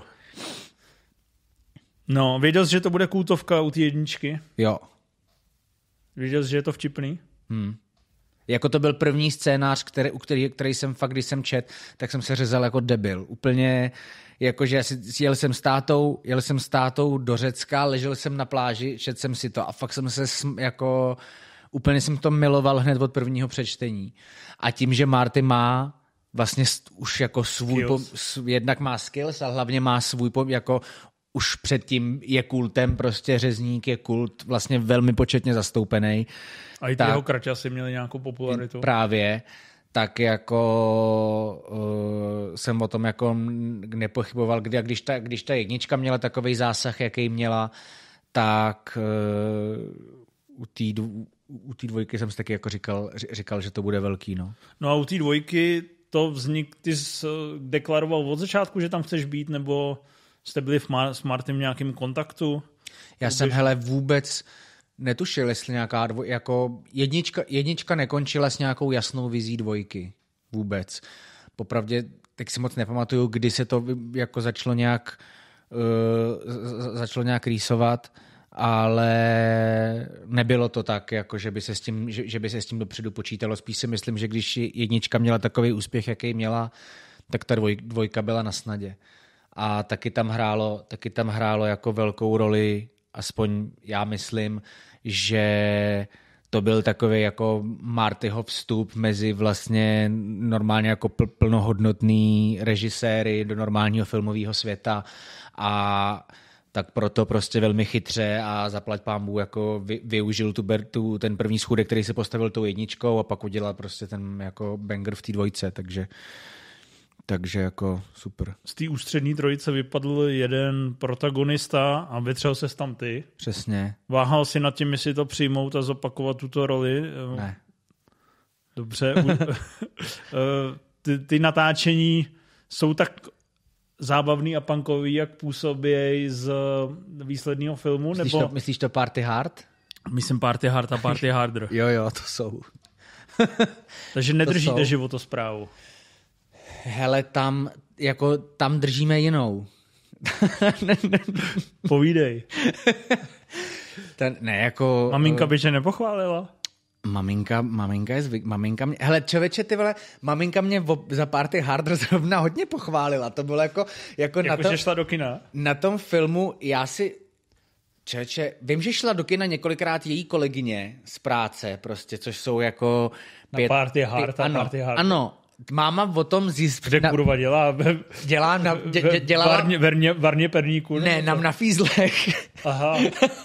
No, věděl jsi, že to bude kultovka u té jedničky? Jo. Věděl jsi, že je to vtipný? Jako to byl první scénář, který jsem fakt, když jsem čet, tak jsem se řezal jako debil. Úplně, jakože jel jsem s tátou do Řecka, ležel jsem na pláži, čet jsem si to a fakt jsem se jako... Úplně jsem to miloval hned od prvního přečtení. A tím, že Marty má vlastně už jako svůj... jednak má skills a hlavně má svůj... jako už předtím je kultem, prostě řezník je kult vlastně velmi početně zastoupený. A i ty jeho kraťasy měli nějakou popularitu. Právě. Tak jako jsem o tom jako nepochyboval, když ta jednička měla takovej zásah, jaký měla, tak u té 2 jsem si taky jako říkal, že to bude velký. No a u té 2 to ty jsi deklaroval od začátku, že tam chceš být, nebo jste byli s Martym v nějakém kontaktu? Já jsem vůbec netušil, jestli nějaká jako jednička nekončila s nějakou jasnou vizí 2. Vůbec. Popravdě tak si moc nepamatuju, kdy se to jako začalo nějak rýsovat, ale nebylo to tak, jako že by se s tím dopředu počítalo. Spíš si myslím, že když jednička měla takový úspěch, jaký měla, tak ta 2 byla na snadě. A taky tam hrálo jako velkou roli, aspoň já myslím, že to byl takový jako Martyho vstup mezi vlastně normálně jako plnohodnotný režiséry do normálního filmového světa a tak proto prostě velmi chytře a zaplať pánbůh jako využil ten první schůdek, který se postavil tou jedničkou a pak udělal prostě ten jako banger v té 2, takže jako super. Z té ústřední trojice vypadl jeden protagonista a vytřel se tam ty. Přesně. Váhal si nad tím, jestli to přijmout a zopakovat tuto roli? Ne. Dobře. Ty natáčení jsou tak zábavný a punkový, jak působí z výsledného filmu? Myslíš to Party Hard? Myslím Party Hard a Party Harder. Jo, to jsou. Takže nedržíte životosprávu. Hele, tam držíme jinou. Povídej. Ne, jako... Maminka by tě nepochválila? Maminka mě... Hele, čověče, ty vole, maminka mě za Party Harder zrovna hodně pochválila. To bylo jako na že šla do kina? Na tom filmu vím, že šla do kina několikrát její kolegyně z práce, prostě, což jsou jako... Na Party Hard. Ano, máma o tom zjistila... Kde kurva dělá? Dělala... Varně perníku? Ne, na fízlech. Aha.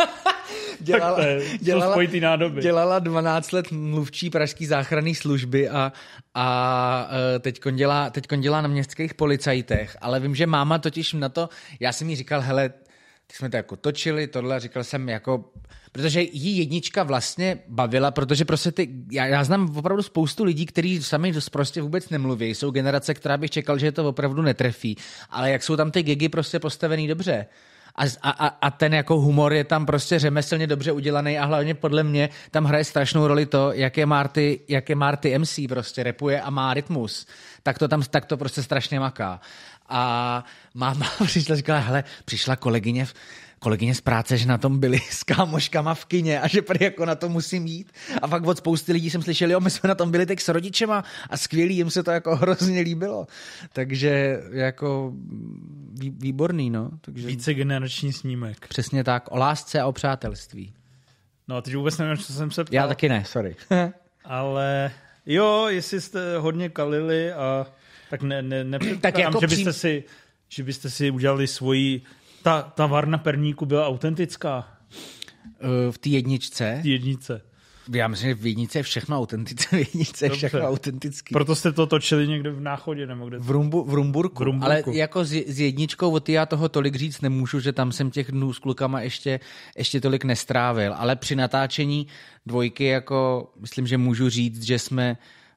Dělala 12 let mluvčí pražský záchranné služby a teďkon dělá na městských policajtech, ale vím, že máma totiž na to, já jsem jí říkal, hele, tak jsme to jako točili, tohle, říkal jsem jako, protože jí jednička vlastně bavila, protože prostě já znám opravdu spoustu lidí, kteří sami prostě vůbec nemluví, jsou generace, která bych čekal, že je to opravdu netrefí, ale jak jsou tam ty gigy prostě postavený dobře. A ten jako humor je tam prostě řemeslně dobře udělaný a hlavně podle mě tam hraje strašnou roli to, jaké Marty MC prostě rapuje a má rytmus. Tak to prostě strašně maká. A máma říkala, hele, přišla kolegyně z práce, že na tom byli s kámoškama v kině a že prý jako na to musím jít. A pak od spousty lidí jsem slyšel, jo, my jsme na tom byli teď s rodičema a skvělý, jim se to jako hrozně líbilo. Takže jako výborný, no. Takže... Vícegenerační snímek. Přesně tak, o lásce a o přátelství. No a teď vůbec nevím, co jsem se ptal. Já taky ne, sorry. Ale jo, jestli jste hodně kalili a tak nepředpokládám, jako že byste si udělali svoji... Ta varna perníku byla autentická. V té jedničce? V té jedničce. Já myslím, že v jedničce je všechno autentický. Proto jste to točili někde v Náchodě nebo kde? V Rumburku. Ale jako s jedničkou od já toho tolik říct nemůžu, že tam jsem těch dnů s klukama ještě tolik nestrávil. Ale při natáčení dvojky jako myslím, že můžu říct, že jsme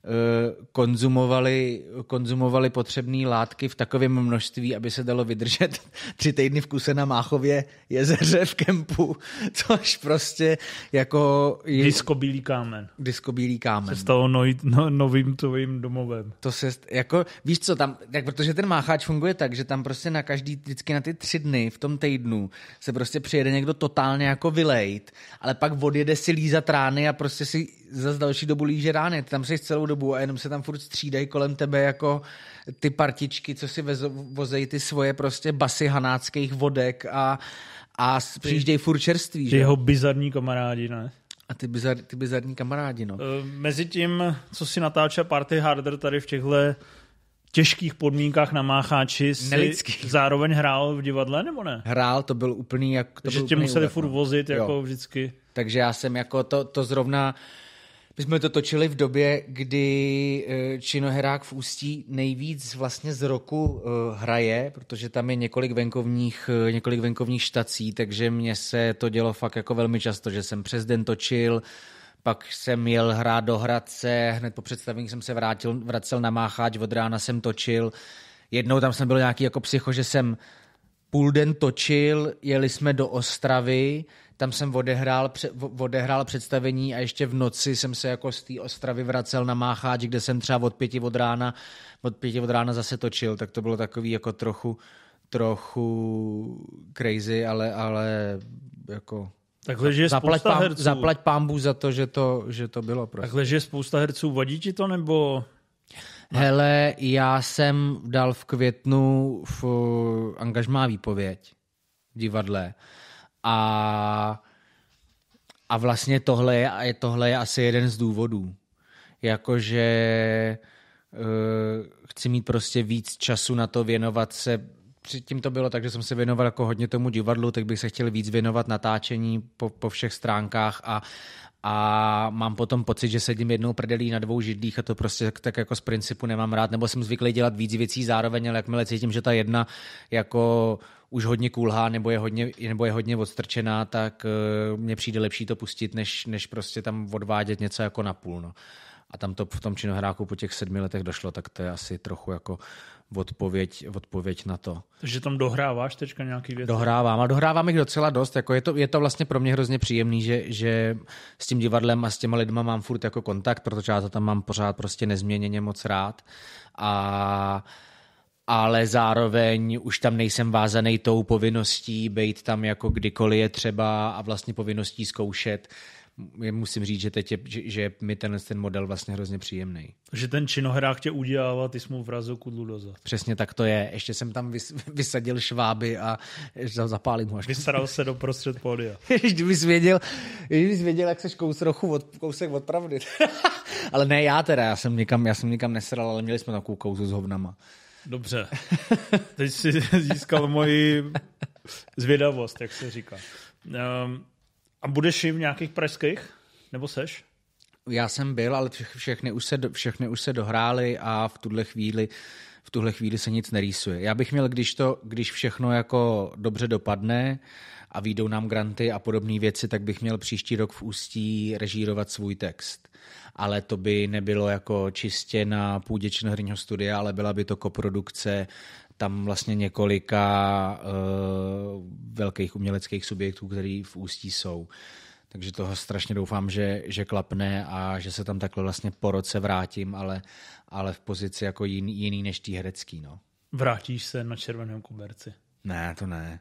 konzumovali potřebné látky v takovém množství, aby se dalo vydržet 3 týdny v kuse na Máchově jezeře v kempu, což prostě jako... Disco Bílý kámen. Se stalo novým tvojím domovem. To se, jako, víš co, tam, protože ten Mácháč funguje tak, že tam prostě vždycky na ty 3 dny v tom týdnu se prostě přijede někdo totálně jako vylejt, ale pak odjede si lízat rány a prostě si zase další dobu líže rány. Ty tam jsi celou dobu a jenom se tam furt střídají kolem tebe jako ty partičky, co si vozejí ty svoje prostě basy hanáckých vodek a přijíždějí furt čerství. Ty jeho bizarní kamarádi, ne? A ty bizarní kamarádi, no. Mezi tím, co si natáčel Party Harder tady v těchto těžkých podmínkách na Mácháči, si zároveň hrál v divadle, nebo ne? Hrál, to byl úplný... Takže tě museli furt vozit, jako vždycky. Takže já jsem jako to zrovna... My jsme to točili v době, kdy činoherák v Ústí nejvíc vlastně z roku hraje, protože tam je několik venkovních štací, takže mně se to dělo fakt jako velmi často, že jsem přes den točil, pak jsem jel hrát do Hradce, hned po představení jsem se vracel na Mácháč, od rána jsem točil. Jednou tam jsem byl nějaký jako psycho, že jsem půl den točil, jeli jsme do Ostravy, tam jsem odehrál představení a ještě v noci jsem se jako z té Ostravy vracel na Mácháč, kde jsem třeba od 5 od rána zase točil, tak to bylo takový jako trochu crazy, ale jako... Takhle, že je spousta herců. Zaplať pánbůh za to, že to bylo prostě. Takhle, že je spousta herců, vadí ti to, nebo... Hele, já jsem dal v květnu v angažmá výpověď v divadle a vlastně tohle je asi jeden z důvodů. Jakože chci mít prostě víc času na to věnovat se. Předtím to bylo tak, že jsem se věnoval jako hodně tomu divadlu, tak bych se chtěl víc věnovat natáčení po všech stránkách a mám potom pocit, že sedím jednou prdelí na 2 židlích a to prostě tak jako z principu nemám rád, nebo jsem zvyklý dělat víc věcí zároveň, ale jakmile cítím, že ta jedna jako už hodně kulhá nebo je hodně odstrčená, tak mně přijde lepší to pustit, než prostě tam odvádět něco jako napůl. No. A tam to v tom činohráku po těch 7 letech došlo, tak to je asi trochu jako odpověď na to. Takže tam dohráváš teďka nějaký věci? Dohrávám jich docela dost. Jako je to vlastně pro mě hrozně příjemný, že s tím divadlem a s těma lidma mám furt jako kontakt, protože já to tam mám pořád prostě nezměněně moc rád. Ale zároveň už tam nejsem vázaný tou povinností být tam jako kdykoliv je třeba a vlastně povinností zkoušet. Musím říct, že teď že mi ten model vlastně hrozně příjemný. Že ten činohrák tě udělával, ty jsi mu vrazil kudlu do zad. Přesně tak to je. Ještě jsem tam vysadil šváby a zapálím ho. Vystaral se do prostřed pódia. Kdybys věděl, jak seš kousek od pravdy. Ale ne já teda, já jsem nikam nesral, ale měli jsme takovou kouzu s hovnama. Dobře. Teď jsi získal moji zvědavost, jak se říká. A budeš i v nějakých pražských? Nebo seš? Já jsem byl, ale všechny už se dohrály a v tuhle chvíli se nic nerýsuje. Já bych měl, když všechno jako dobře dopadne a vyjdou nám granty a podobné věci, tak bych měl příští rok v Ústí režírovat svůj text. Ale to by nebylo jako čistě na půdě Činoherního studia, ale byla by to koprodukce tam vlastně několika velkých uměleckých subjektů, který v Ústí jsou. Takže toho strašně doufám, že klapne a že se tam takhle vlastně po roce vrátím, ale v pozici jako jiný než tý herecký. No. Vrátíš se na Červeném koberci? Ne, to ne.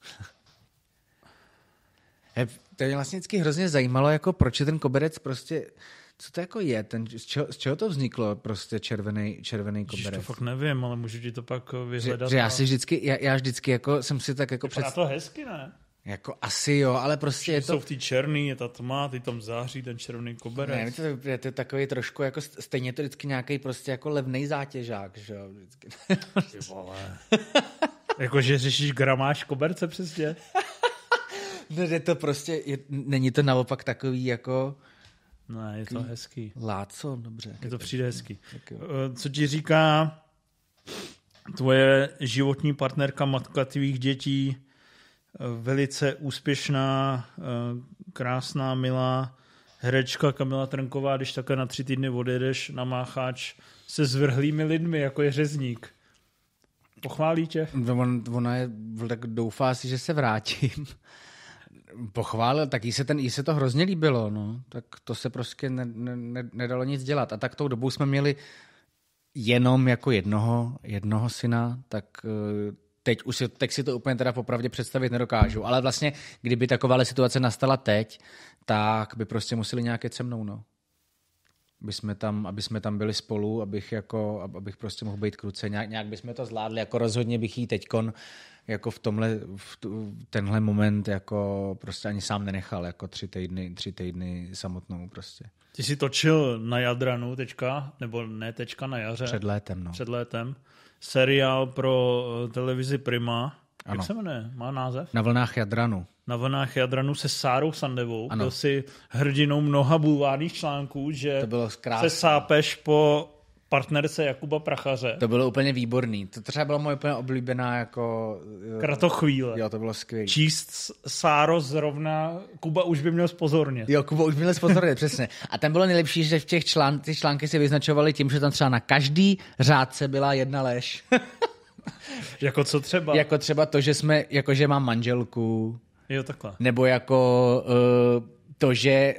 To mě vlastně vždycky hrozně zajímalo, jako proč je ten koberec prostě... Co to jako je? Z čeho to vzniklo prostě červený koberec? To fakt nevím, ale můžu ti to pak vyhledat. Že já vždycky jako jsem si tak jako... Vypadá to hezky, ne? Jako asi jo, ale prostě je to... Jsou v té černý, je ta tma, ty tam září ten červený koberec. Ne, je to takový trošku jako stejně to vždycky nějaký prostě jako levnej zátěžák, že jo? Vždycky. Ty vole. Jakože řešíš gramáž koberce přesně? No, je to prostě, není to naopak takový jako... Ne, je to hezký. Láco, dobře. Je to přijde hezký. Co ti říká tvoje životní partnerka, matka tvých dětí, velice úspěšná, krásná, milá herečka Kamila Trnková, když také na 3 týdny odjedeš na Mácháč se zvrhlými lidmi, jako je řezník. Pochválí tě? Ona je, tak doufá si, že se vrátím. Pochválil, tak jí se to hrozně líbilo, no. Tak to se prostě nedalo nic dělat. A tak tou dobou jsme měli jenom jako jednoho syna, tak teď si to úplně teda popravdě představit nedokážu. Ale vlastně, kdyby takováhle situace nastala teď, tak by prostě museli nějak jet se mnou, no. Aby jsme tam byli spolu, abych prostě mohl být kruce. Nějak bychom to zvládli, jako rozhodně bych jí teďkon jako v tenhle moment jako prostě ani sám nenechal, jako 3 týdny samotnou prostě. Ty jsi točil na Jadranu nebo ne teďka, na jaře. Před létem, no. Před létem. Seriál pro televizi Prima. Ano. Jak se jmenuje? Má název? Na vlnách Jadranu. Na vlnách Jadranu se Sárou Sandevou. Byl si hrdinou mnoha bulvárních článků, že se sápeš po partnerce Jakuba Prachaře. To bylo úplně výborný. To třeba byla moje úplně oblíbená jako... Kratochvíle. Jo, to bylo skvělé. Číst Sáro zrovna, Kuba už by měl zpozornět. Jo, Kuba už by měl zpozornět, přesně. A tam bylo nejlepší, že v těch ty články se vyznačovaly tím, že tam třeba na každý řádce byla jedna lež. Jako co třeba? Jako třeba to, že mám manželku. Jo, takhle. Nebo jako to, že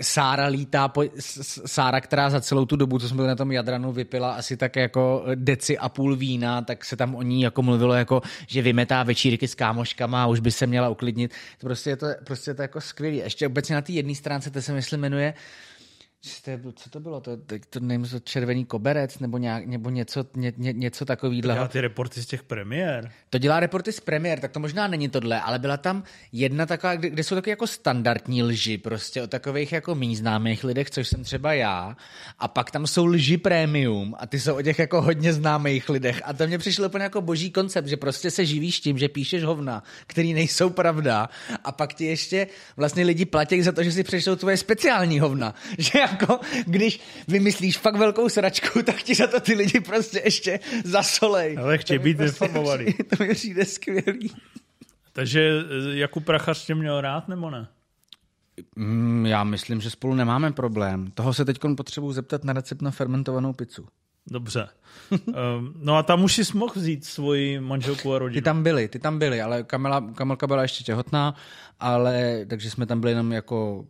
Sára, která za celou tu dobu, co jsme byli na tom Jadranu, vypila asi tak jako 1,5 deci vína, tak se tam o ní jako mluvilo, jako, že vymetá večírky s kámoškama a už by se měla uklidnit. Prostě je to jako skvělý. Ještě obecně na té jedné stránce, to se myslím jmenuje, co to bylo? To nevím, Červený koberec nebo něco takového. To dělá ty reporty z těch premiér. To dělá reporty z premiér, tak to možná není tohle, ale byla tam jedna taková, kde jsou taky jako standardní lži prostě o takových jako méně známých lidech, což jsem třeba já, a pak tam jsou lži premium a ty jsou o těch jako hodně známých lidech a to mně přišlo úplně jako boží koncept, že prostě se živíš tím, že píšeš hovna, který nejsou pravda a pak ti ještě vlastně lidi platí za to, že si přečtou tvoje speciální hovna, že jako, když vymyslíš fakt velkou sračku, tak ti za to ty lidi prostě ještě zasolej. Ale chtějí být informovaný. To mi přijde skvělý. Takže Jakub Prachař tě měl rád, nebo ne? Já myslím, že spolu nemáme problém. Toho se teď potřebuji zeptat na recept na fermentovanou pizzu. Dobře. No a tam už si mohl vzít svoji manželku a rodinu. Ty tam byly, ale Kamelka byla ještě těhotná, ale takže jsme tam byli jenom jako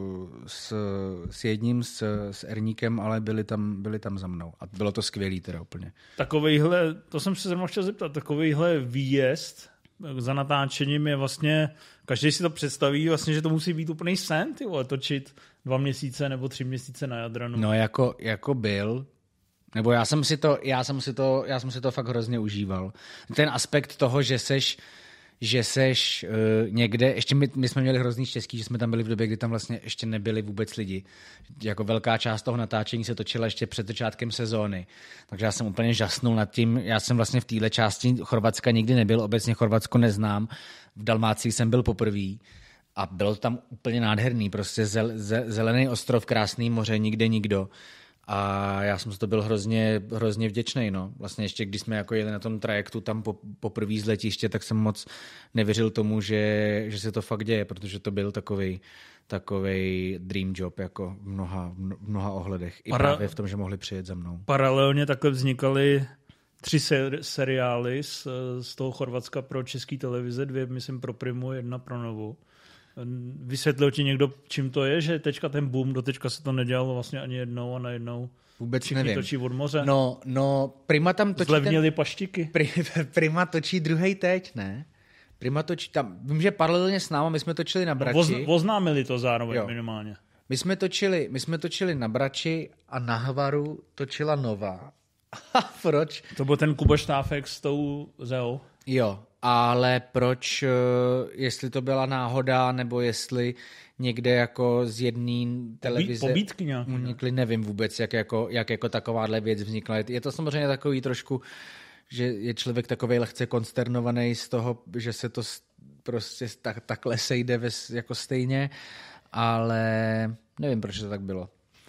s jedním, s Erníkem, ale byli tam za mnou. A bylo to skvělý teda úplně. Takovejhle, to jsem se zrovna chtěl zeptat, takovejhle výjezd za natáčením je vlastně, každý si to představí vlastně, že to musí být úplný sen, ty vole, točit 2 měsíce nebo 3 měsíce na Jadranu. No jako byl, nebo já jsem si to fakt hrozně užíval. Ten aspekt toho, že seš někde, ještě my jsme měli hrozný štěstí, že jsme tam byli v době, kdy tam vlastně ještě nebyli vůbec lidi. Jako velká část toho natáčení se točila ještě před začátkem sezóny. Takže já jsem úplně žasnul nad tím. Já jsem vlastně v téhle části Chorvatska nikdy nebyl, obecně Chorvatsko neznám. V Dalmácii jsem byl poprvé a bylo to tam úplně nádherný. Prostě zelený ostrov, krásný moře, nikde nikdo. A já jsem z toho byl hrozně vděčný. No. Vlastně ještě když jsme jako jeli na tom trajektu tam poprvé z letiště, tak jsem moc nevěřil tomu, že se to fakt děje, protože to byl takovej dream job jako v mnoha ohledech. I právě v tom, že mohli přijet za mnou. Paralelně takhle vznikaly 3 seriály z toho Chorvatska pro český televize, 2 myslím pro Primu, 1 pro Novu. Vysvětlil ti někdo, čím to je, že teďka ten boom, doteďka se to nedělalo vlastně ani jednou a najednou vůbec nevím. Točí od moře. No, Prima tam točí zlevnili paštiky. Prima točí druhej teď, ne? Prima točí tam, vím, že paralelně s náma, my jsme točili na Brači. Oznámili to zároveň minimálně. My jsme točili na Brači a na Hvaru točila Nova. A proč? To byl ten Kuba Štáfek s tou Zeou. Jo, ale proč, jestli to byla náhoda, nebo jestli někde jako z jedné televize pobídky nějaký, nevím vůbec, jak jako takováhle věc vznikla. Je to samozřejmě takový trošku, že je člověk takovej lehce konsternovaný z toho, že se to prostě takhle sejde jako stejně, ale nevím, proč to tak bylo.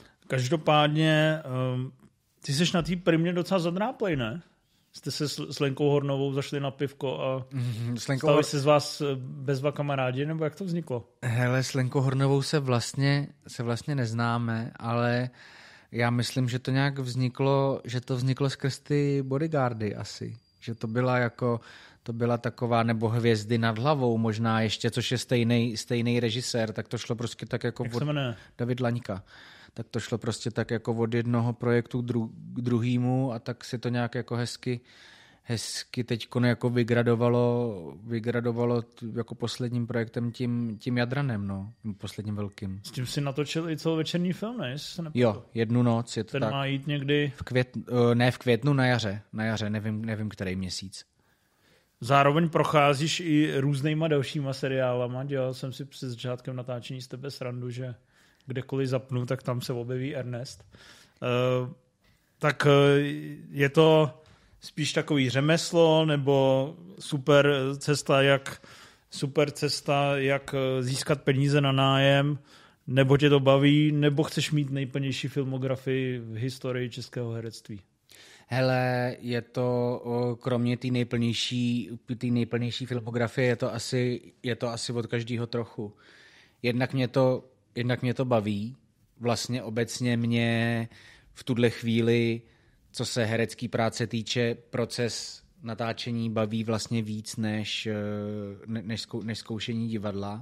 Každopádně ty jsi na té Primě docela zadráplej, ne? Jste se s Lenkou Hornovou zašli na pivko a stali se z vás bezva kamarádi, nebo jak to vzniklo? Hele, s Lenkou Hornovou se vlastně neznáme, ale já myslím, že to nějak vzniklo, skrz ty bodyguardy asi. Že to byla taková, nebo Hvězdy nad hlavou možná ještě, což je stejný režisér, tak to šlo prostě tak jako od David Laňka. Tak to šlo prostě tak jako od jednoho projektu k druhému a tak si to nějak jako hezky teďko jako vygradovalo jako posledním projektem tím Jadranem, no, posledním velkým. S tím si natočil i celovečerní film, ne? Jo, Jednu noc. Je to ten tak. Má jít někdy? V květnu, na jaře, nevím který měsíc. Zároveň procházíš i různýma dalšíma seriálama. Dělal jsem si před začátkem natáčení z tebe srandu, že kdekoliv zapnu, tak tam se objeví Ernest. Tak je to spíš takový řemeslo, nebo super cesta, jak získat peníze na nájem, nebo tě to baví, nebo chceš mít nejplnější filmografii v historii českého herectví? Hele, je to kromě té nejplnější filmografie, je to asi od každého trochu. Jednak mě to baví. Vlastně obecně mě v tuhle chvíli, co se herecký práce týče, proces natáčení baví vlastně víc než zkoušení divadla.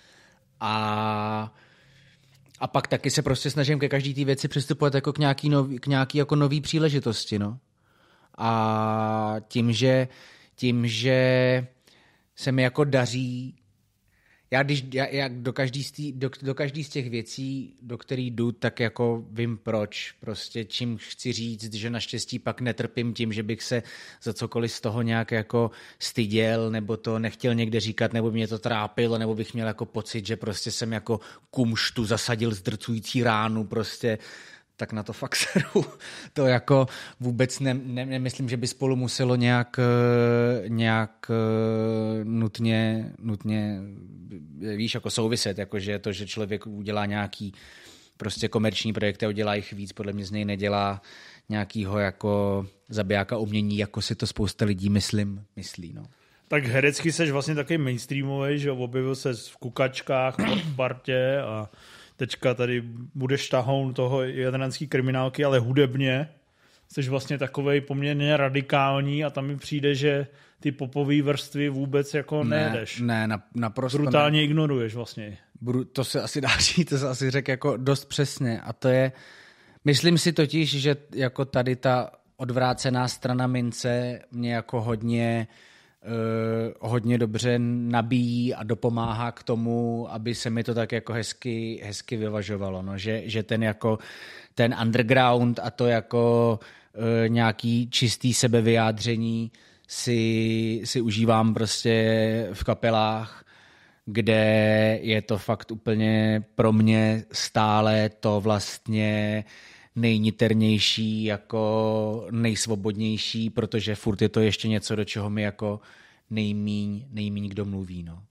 A pak taky se prostě snažím ke každý té věci přistupovat jako k nějaký jako nový příležitosti. No. A tím, že se mi jako daří, já do každý z těch věcí, do kterých jdu, tak jako vím proč. Prostě čím chci říct, že naštěstí pak netrpím tím, že bych se za cokoliv z toho nějak jako styděl, nebo to nechtěl někde říkat, nebo mě to trápilo, nebo bych měl jako pocit, že prostě jsem jako kumštu zasadil zdrcující ránu, prostě tak na to fakt seru. To jako vůbec nemyslím, že by spolu muselo nějak nutně víš, jako souviset, jako že to, že člověk udělá nějaký prostě komerční projekt a udělá jich víc, podle mě z něj nedělá nějakýho jako zabijáka umění, jako si to spousta lidí myslí, no. Tak herecky seš vlastně takový mainstreamový, že objevil se v Kukačkách, v Partě a teďka tady budeš tahoun toho jadranský kriminálky, ale hudebně jsi vlastně takovej poměrně radikální a tam mi přijde, že ty popové vrstvy vůbec jako nejedeš. Ne, naprosto brutálně ignoruješ vlastně. To se asi dá říct, to se asi řekl jako dost přesně a to je, myslím si totiž, že jako tady ta odvrácená strana mince mě jako hodně dobře nabíjí a dopomáhá k tomu, aby se mi to tak jako hezky vyvažovalo, no, že ten underground a to jako nějaký čistý sebevyjádření si užívám prostě v kapelách, kde je to fakt úplně pro mě stále to vlastně nejniternější, jako nejsvobodnější, protože furt je to ještě něco, do čeho mi jako nejmíň kdo mluví. No.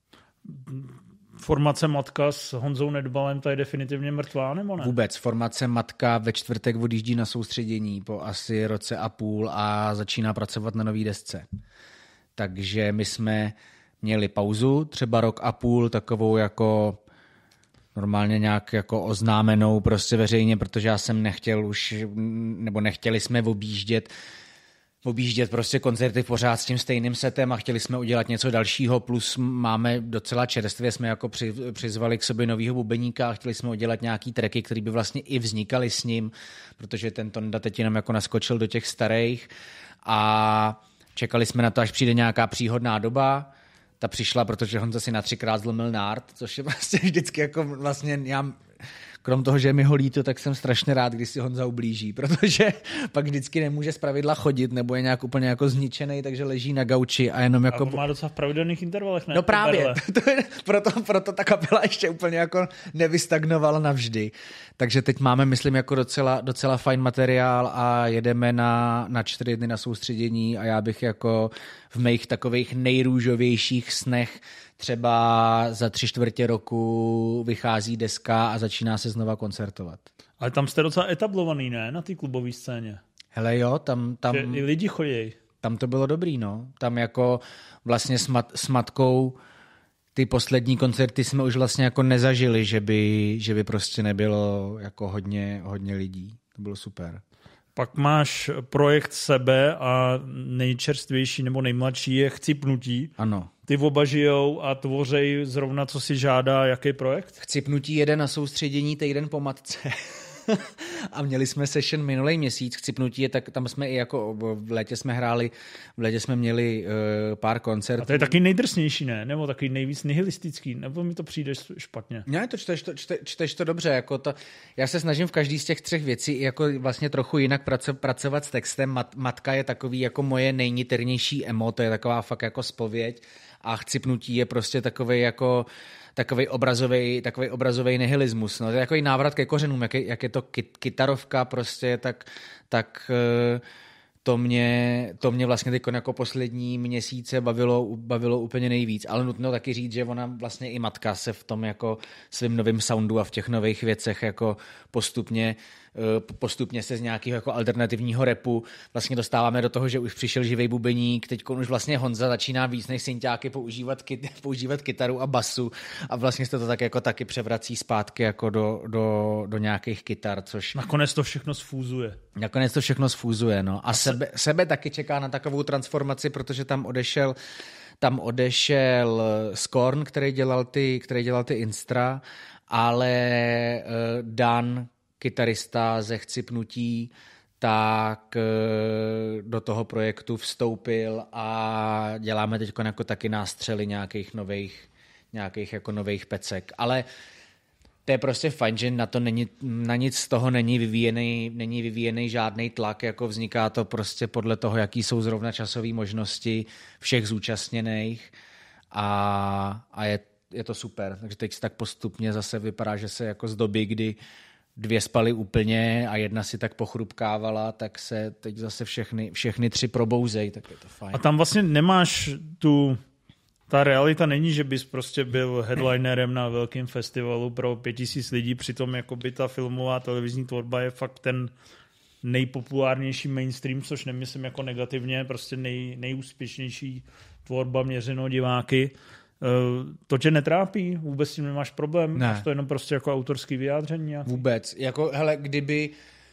Formace Matka s Honzou Nedbalem, ta je definitivně mrtvá, nebo ne? Vůbec. Formace Matka ve čtvrtek odjíždí na soustředění po asi roce a půl a začíná pracovat na nový desce. Takže my jsme měli pauzu, třeba rok a půl, takovou jako normálně nějak jako oznámenou prostě veřejně, protože já jsem nechtěl už, nebo nechtěli jsme objíždět prostě koncerty pořád s tím stejným setem a chtěli jsme udělat něco dalšího, plus máme docela čerstvě, jsme jako přizvali k sobě novýho bubeníka a chtěli jsme udělat nějaký tracky, který by vlastně i vznikaly s ním, protože ten Tonda teď jenom jako naskočil do těch starých a čekali jsme na to, až přijde nějaká příhodná doba. Ta přišla, protože Honza si na 3krát zlomil nárt, což je vlastně vždycky jako vlastně já, krom toho, že je mi ho líto, tak jsem strašně rád, když si Honza ublíží, protože pak vždycky nemůže zpravidla chodit, nebo je nějak úplně jako zničený, takže leží na gauči a jenom jako... A to má docela v pravidelných intervalech, ne? No právě, proto ta kapela ještě úplně jako nevystagnovala navždy. Takže teď máme, myslím, jako docela fajn materiál a jedeme na 4 dny na soustředění a já bych jako v mých takových nejrůžovějších snech třeba za 3/4 roku vychází deska a začíná se znova koncertovat. Ale tam jste docela etablovaný, ne? Na té klubové scéně. Hele jo, tam že i lidi chodí. Tam to bylo dobrý, no. Tam jako vlastně s Matkou ty poslední koncerty jsme už vlastně jako nezažili, že by prostě nebylo jako hodně lidí. To bylo super. Pak máš projekt Sebe a nejčerstvější nebo nejmladší je Chcipnutí. Ano. Ty oba žijou a tvořej zrovna, co si žádá, jaký projekt? Chcipnutí jede na soustředění týden po matce. A měli jsme session minulý měsíc. Chcipnutí je tak, tam jsme i jako v létě jsme hráli, v létě jsme měli pár koncertů. A to je taky nejdrsnější, ne? Nebo taky nejvíc nihilistický? Nebo mi to přijde špatně? Ne, to čteš to dobře. Jako to, já se snažím v každý z těch 3 věcí jako vlastně trochu jinak pracovat s textem. Matka je takový jako moje nejniternější emo, to je taková fakt jako zpověď. A Chcipnutí je prostě takový obrazový nihilismus. No, to je takový návrat ke kořenům, jak je to kytarovka prostě, tak to mě vlastně teď jako poslední měsíce bavilo úplně nejvíc. Ale nutno taky říct, že ona vlastně i Matka se v tom jako svým novým soundu a v těch nových věcech jako postupně se z nějakého jako alternativního rapu vlastně dostáváme do toho, že už přišel živej bubeník, teď už vlastně Honza začíná víc než synťáky používat kytaru a basu a vlastně se to tak jako taky převrací zpátky jako do nějakých kytar, což... Nakonec to všechno sfúzuje. No. A sebe taky čeká na takovou transformaci, protože tam odešel Skorn, který dělal ty instra, ale Dan, kytarista ze Chcipnutí, tak do toho projektu vstoupil a děláme teď jako taky nástřely nějakých nových pecek. Ale to je prostě fajn, že na nic z toho není vyvíjený žádný tlak, jako vzniká to prostě podle toho, jaký jsou zrovna časové možnosti všech zúčastněných a je to super. Takže teď tak postupně zase vypadá, že se jako z doby, kdy 2 spaly úplně a 1 si tak pochrupkávala, tak se teď zase všechny 3 probouzej, tak je to fajn. A tam vlastně nemáš ta realita není, že bys prostě byl headlinerem na velkém festivalu pro 5000 lidí, přitom jakoby ta filmová televizní tvorba je fakt ten nejpopulárnější mainstream, což nemyslím jako negativně, prostě nejúspěšnější tvorba měřeno diváky. To tě netrápí? Vůbec s tím nemáš problém? Ne. Máš to jenom prostě jako autorský vyjádření? Nějaký? Vůbec. Jako, hele, kdyby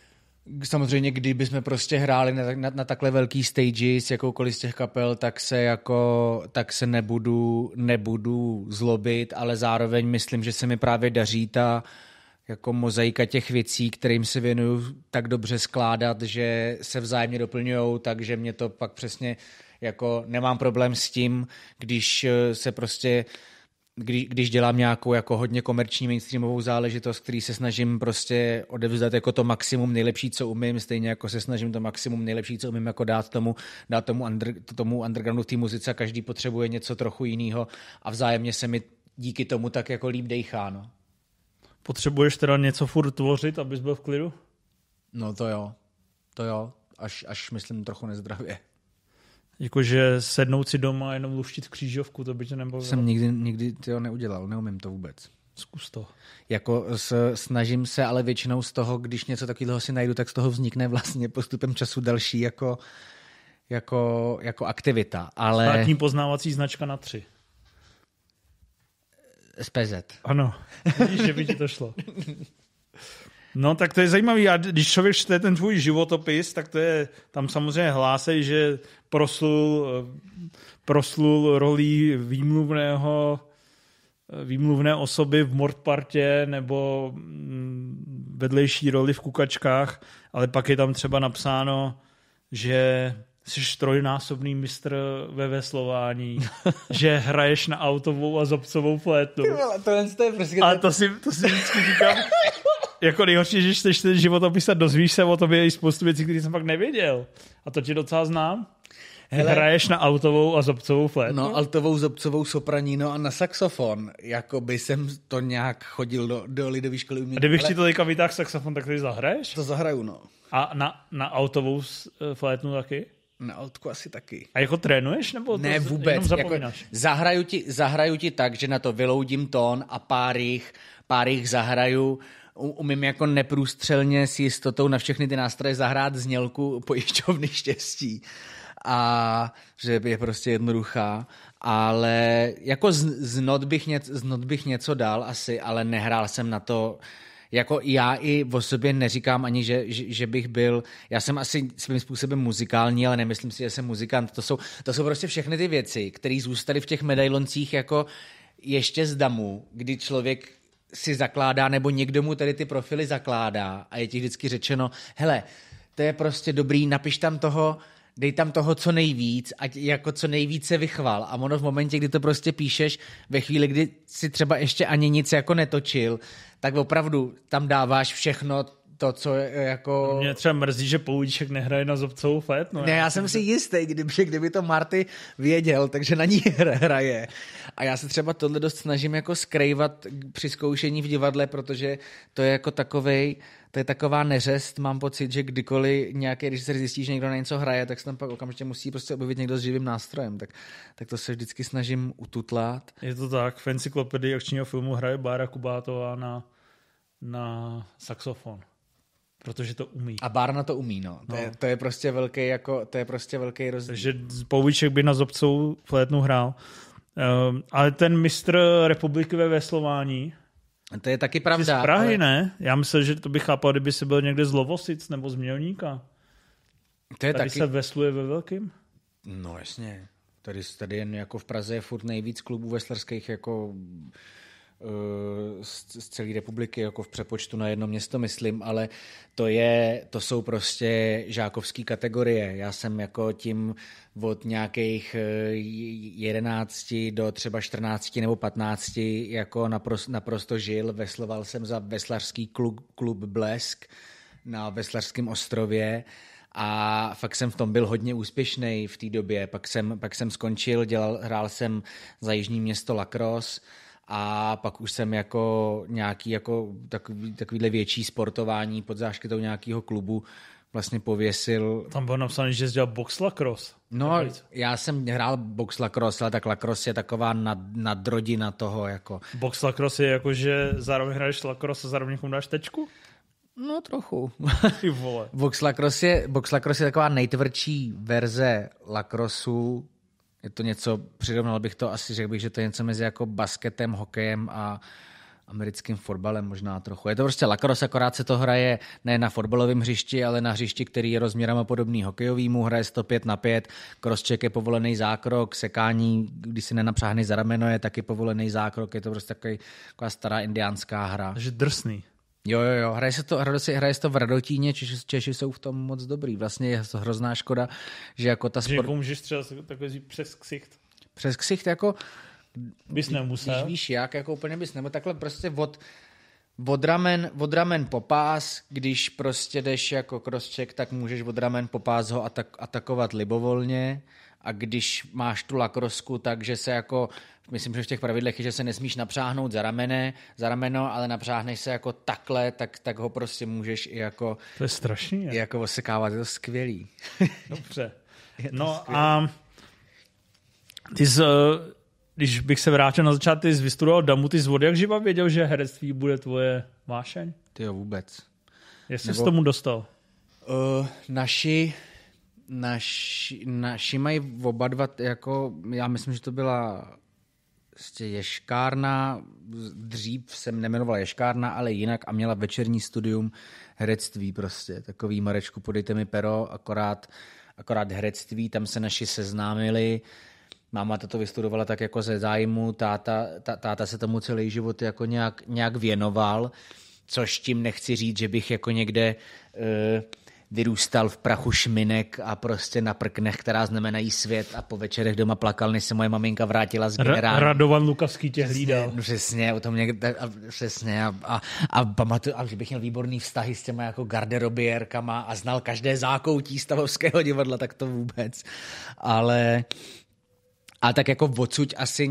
Samozřejmě, kdybychom prostě hráli na takhle velký stage s jakoukoliv z těch kapel, tak se nebudu zlobit, ale zároveň myslím, že se mi právě daří ta jako mozaika těch věcí, kterým se věnuju, tak dobře skládat, že se vzájemně doplňujou, takže mě to pak přesně jako nemám problém s tím, když se prostě když dělám nějakou jako hodně komerční mainstreamovou záležitost, který se snažím prostě odevzdat jako to maximum nejlepší, co umím, stejně jako se snažím to maximum nejlepší, co umím, jako dát tomu undergroundu v té muzice, a každý potřebuje něco trochu jiného a vzájemně se mi díky tomu tak jako líp dejchá, no. Potřebuješ teda něco furt tvořit, abys byl v klidu? No to jo, až myslím trochu nezdravě. Jakože sednout si doma a jenom luštit křížovku, to by tě nebavilo. Jsem nikdy to neudělal, neumím to vůbec. Zkus to. Jako snažím se, ale většinou z toho, když něco takového si najdu, tak z toho vznikne vlastně postupem času další jako aktivita. Ale... Státní poznávací značka na 3. SPZ. Ano, vidíš, že by ti to šlo. No tak to je zajímavý, a když člověk čte ten tvůj životopis, tak to je, tam samozřejmě hlásej, že proslul rolí výmluvné osoby v Mordpartě nebo vedlejší roli v Kukačkách, ale pak je tam třeba napsáno, že jsi trojnásobný mistr ve veslování, že hraješ na autovou a zobcovou flétnu. To je prostě... A to si vždycky říkám, jako nejhorší, že chceš ten životopis a dozvíš se o tobě i spoustu věcí, které jsem fakt nevěděl. A to ti docela znám. Hele, hraješ na altovou a zobcovou flétnu? No, altovou, zobcovou, sopranino a na saxofon. Jakoby jsem to nějak chodil do lidové školy umění. A kdybych ti to teďka vytáhl saxofon, tak ty zahraješ? To zahraju, no. A na altovou flétnu taky? Na altku asi taky. A jako trénuješ? Nebo to ne, vůbec. Jenom zapomínáš? Jako, zahraju ti tak, že na to vyloudím tón a pár jich zahraju. Umím jako neprůstřelně s jistotou na všechny ty nástroje zahrát znělku pojišťovny štěstí. A že je prostě jednoduchá, ale jako z not bych něco dal asi, ale nehrál jsem na to, jako já i o sobě neříkám ani, že bych byl, já jsem asi svým způsobem muzikální, ale nemyslím si, že jsem muzikant, to jsou prostě všechny ty věci, které zůstaly v těch medailoncích jako ještě z damu, kdy člověk si zakládá, nebo někdo mu tady ty profily zakládá a je ti vždycky řečeno, hele, to je prostě dobrý, napiš tam toho, dej tam toho co nejvíc, ať jako co nejvíce vychval. A ono v momentě, kdy to prostě píšeš, ve chvíli, kdy si třeba ještě ani nic jako netočil, tak opravdu tam dáváš všechno to, co jako... Mě třeba mrzí, že Poudíček nehraje na zobcovou flétnu. Ne, já jsem si jistý, kdyby to Marty věděl, takže na ní hraje. A já se třeba tohle dost snažím jako skrývat při zkoušení v divadle, protože to je jako to je taková neřest, mám pocit, že kdykoliv když se zjistí, že někdo na něco hraje, tak se tam pak okamžitě musí prostě objevit někdo s živým nástrojem, tak to se vždycky snažím ututlat. Je to tak, v encyklopedii akčního filmu hraje Bára Kubátová na saxofon. Protože to umí. A Bárna to umí, no. To je prostě velký rozdíl. Takže Pouvíček by na zobcovou flétnu hrál. Ale ten mistr republiky ve veslování... To je taky pravda. Z Prahy, ale... ne? Já myslím, že to bych chápal, kdyby si byl někde z Lovosic nebo z Mělníka. Tady taky... se vesluje ve velkým? No jasně. Tady jen jako v Praze je furt nejvíc klubů veslerských jako... z celé republiky, jako v přepočtu na jedno město, myslím, ale to jsou prostě žákovský kategorie. Já jsem jako tím od nějakých 11 do třeba 14 nebo 15 jako naprosto žil. Vesloval jsem za veslařský klub Blesk na Veslařském ostrově a fakt jsem v tom byl hodně úspěšný v té době. Pak jsem skončil, hrál jsem za Jižní Město Lacrosse a pak už jsem jako nějaký jako takovýhle větší sportování pod záštitou nějakého klubu vlastně pověsil. Tam bylo napsané, že jsi dělal box lacrosse. No, já jsem hrál box lacrosse, ale tak lacrosse je taková nadrodina toho. Jako. Box lacrosse je jako, že zároveň hraješ lacrosse a zároveň někomu dáš tečku? No trochu. Ty vole. Box lacrosse je taková nejtvrdší verze lacrossu. Je to něco, přirovnal bych to, asi řekl bych, že to je něco mezi jako basketem, hokejem americkým fotbalem možná trochu. Je to prostě lacrosse, akorát se to hraje ne na fotbalovém hřišti, ale na hřišti, který je rozměrama podobný hokejovýmu, hraje se to 5-5, crosscheck je povolený zákrok, sekání, když si nenapřáhneš za rameno, je taky povolený zákrok, je to prostě taková stará indiánská hra. Takže drsný. Jo, hraje se to v Radotíně, Češi jsou v tom moc dobrý. Vlastně je to hrozná škoda, že jako ta sport... Že můžeš třeba takový přes ksicht. Přes ksicht jako... Bys nemusel. Víš jak, jako úplně bys nebo takhle prostě od ramen po pás, když prostě jdeš jako crosscheck, tak můžeš od ramen po pás ho atakovat libovolně a když máš tu lakrosku, takže se jako, myslím, že v těch pravidlech je, že se nesmíš napřáhnout za rameno, ale napřáhneš se jako takhle, tak ho prostě můžeš i jako... To je strašný. I jako osekávat, je to skvělý. Dobře. No skvělý. A ty jsi... Když bych se vrátil na začátek, ty jsi vystudoval DAMU, ty jsi od jak živa věděl, že herectví bude tvoje vášeň? Ty jo, vůbec. Jestli jsi tomu dostal? Naši mají oba dva, jako, já myslím, že to byla ješkárna, dřív jsem nemenovala ješkárna, ale jinak a měla večerní studium herectví prostě. Takový Marečku, podejte mi pero, akorát herectví, tam se naši seznámili. Máma to vystudovala tak jako ze zájmu, táta se tomu celý život jako nějak věnoval, což tím nechci říct, že bych jako někde vyrůstal v prachu šminek a prostě na prknech, která znamenají svět a po večerech doma plakal, než se moje maminka vrátila z generální. Radovan Lukavský tě hlídal. Přesně, o tom někde, přesně a pamatuju, že bych měl výborný vztahy s těma jako garderobiérkama a znal každé zákoutí stavovského divadla, tak to vůbec. Ale tak jako odsud asi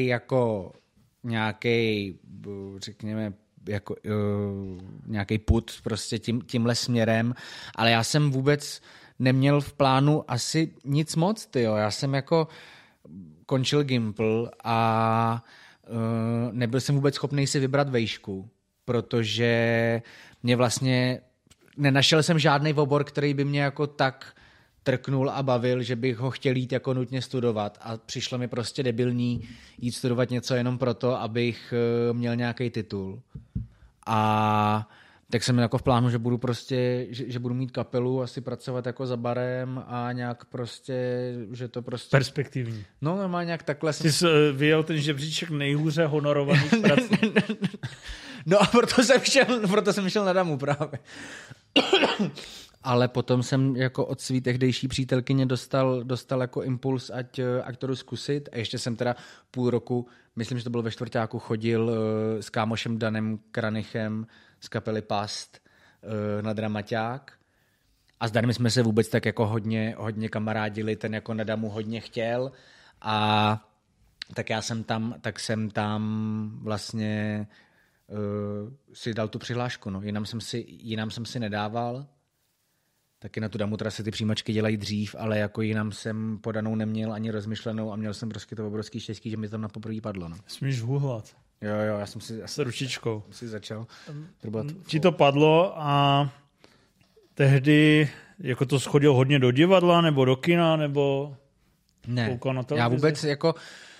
nějaký řekněme, jako nějaký put prostě tímhle směrem, ale já jsem vůbec neměl v plánu asi nic moc, tyjo. Já jsem jako končil Gimpl a nebyl jsem vůbec schopný si vybrat vejšku, protože mě vlastně nenašel jsem žádný obor, který by mě jako tak trknul a bavil, že bych ho chtěl jít jako nutně studovat a přišlo mi prostě debilní jít studovat něco jenom proto, abych měl nějaký titul. A tak jsem jako v plánu, že budu prostě, že budu mít kapelu, asi pracovat jako za barem a nějak prostě, že to prostě... Perspektivní. No normálně nějak takhle jsem... Ty jsi vyjel ten žebříček nejhůře honorovaných prací. No a proto jsem šel na DAMU právě. Ale potom jsem jako od svý tehdejší přítelkyně dostal jako impuls, ať to jdu zkusit. A ještě jsem teda půl roku, myslím, že to bylo ve čtvrťáku, chodil s kámošem Danem Kranichem z kapely Past na dramaťák. A s Danem jsme se vůbec tak jako hodně kamarádili, ten jako na DAMU hodně chtěl. A tak jsem tam vlastně si dal tu přihlášku. No. Jinam jsem si nedával. Taky na tu DAMU teda se ty přijímačky dělají dřív, ale jako jinam jsem podanou neměl ani rozmyšlenou a měl jsem prostě to obrovský štěstí, že mi tam na poprvé padlo. No. Smíš hůhlat. Jo, já jsem si... S ručičkou. Si začal. Ti to padlo a tehdy jako to schodil hodně do divadla nebo do kina nebo... Ne, já vůbec jako...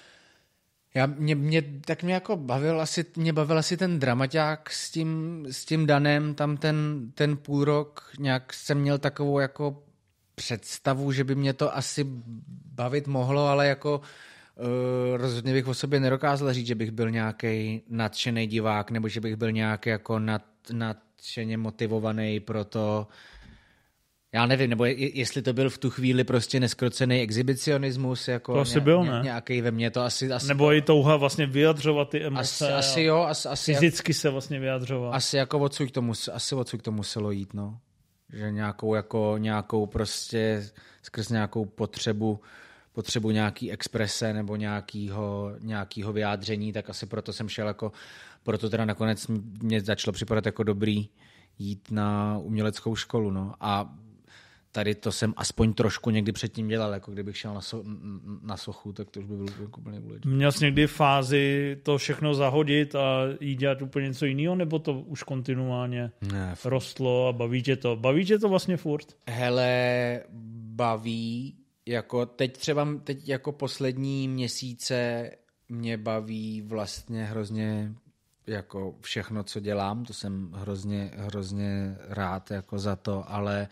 Mě jako bavil asi ten dramaťák s tím Danem, tam ten půl rok, nějak jsem měl takovou jako představu, že by mě to asi bavit mohlo, ale jako rozhodně bych o sobě nedokázal říct, že bych byl nějaký nadšený divák, nebo že bych byl nějak jako nadšeně motivovaný pro to. Já nevím, nebo jestli to byl v tu chvíli prostě neskrocený exhibicionismus, jako to asi byl, ne? Nějaký ve mně to asi nebo i touha vlastně vyjadřovat ty emoce. Asi jo, fyzicky se vlastně vyjadřovat. Asi jako odsud to muselo jít, no. Že nějakou prostě skrz nějakou potřebu nějaký exprese nebo nějakýho vyjádření, tak asi proto jsem šel jako, proto teda nakonec mě začalo připadat jako dobrý jít na uměleckou školu, no. A tady to jsem aspoň trošku někdy předtím dělal, jako kdybych šel na sochu, tak to už by bylo úplně důležité. Měl jsi někdy fázi to všechno zahodit a jít dělat úplně něco jiného, nebo to už kontinuálně rostlo a baví tě to? Baví tě to vlastně furt? Hele, baví, jako teď jako poslední měsíce mě baví vlastně hrozně jako všechno, co dělám, to jsem hrozně rád jako za to, ale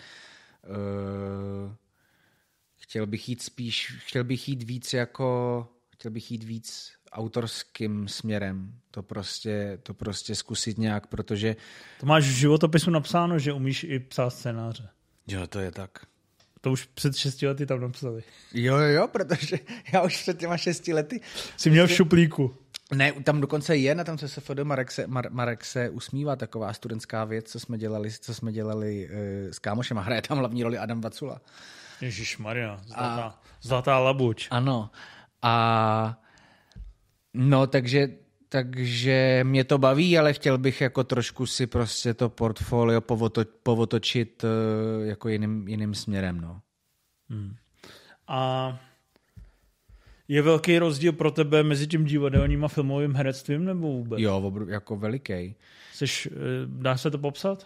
chtěl bych jít víc autorským směrem. To prostě zkusit nějak, protože... To máš v životopisu napsáno, že umíš i psát scénáře. Jo, to je tak. To už před 6 lety tam napsali. Jo, protože já už před těma 6 lety... Jsi měl v šuplíku. Ne, tam dokonce je na tom CSFD Marek se usmívá, taková studentská věc, co jsme dělali s kámošem a hraje tam hlavní roli Adam Vacula. Ježišmarja, zlatá labuť. Ano. No, takže mě to baví, ale chtěl bych jako trošku si prostě to portfolio povotočit jako jiným směrem, no. A je velký rozdíl pro tebe mezi tím divadelním a filmovým herectvím, nebo vůbec? Jo, jako veliký. Dá se to popsat?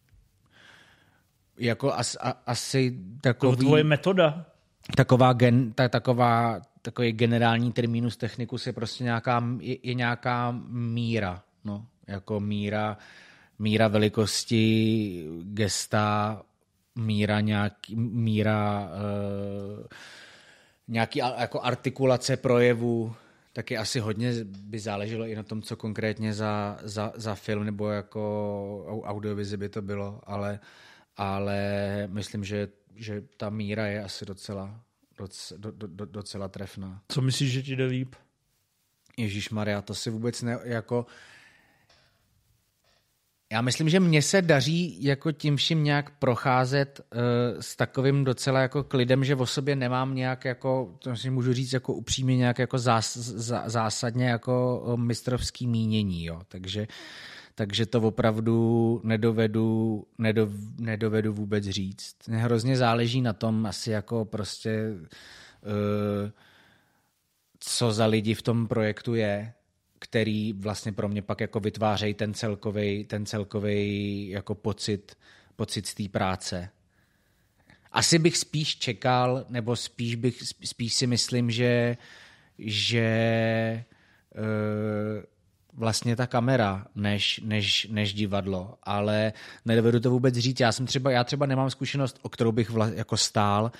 Jako asi takový... To tvoje metoda? Takový generální terminus technicus je prostě nějaká míra, no, jako míra velikosti gesta, nějaký jako artikulace projevu, taky asi hodně by záleželo i na tom, co konkrétně za film nebo jako audiovizi by to bylo, ale myslím, že ta míra je asi docela trefná. Co myslíš, že ti jde líp? Ježíšmarja, to si vůbec jako... Já myslím, že mně se daří jako tím vším nějak procházet s takovým docela jako klidem, že o sobě nemám nějak jako, to si můžu říct jako upřímně nějak jako zásadně jako mistrovský mínění, jo. Takže to opravdu nedovedu vůbec říct. Hrozně záleží na tom asi jako prostě co za lidi v tom projektu je, který vlastně pro mě pak jako vytvářejí ten celkovej jako pocit z té práce. Asi bych spíš čekal, nebo spíš si myslím, že vlastně ta kamera než divadlo, ale nedovedu to vůbec říct. Já třeba nemám zkušenost, o kterou bych jako stál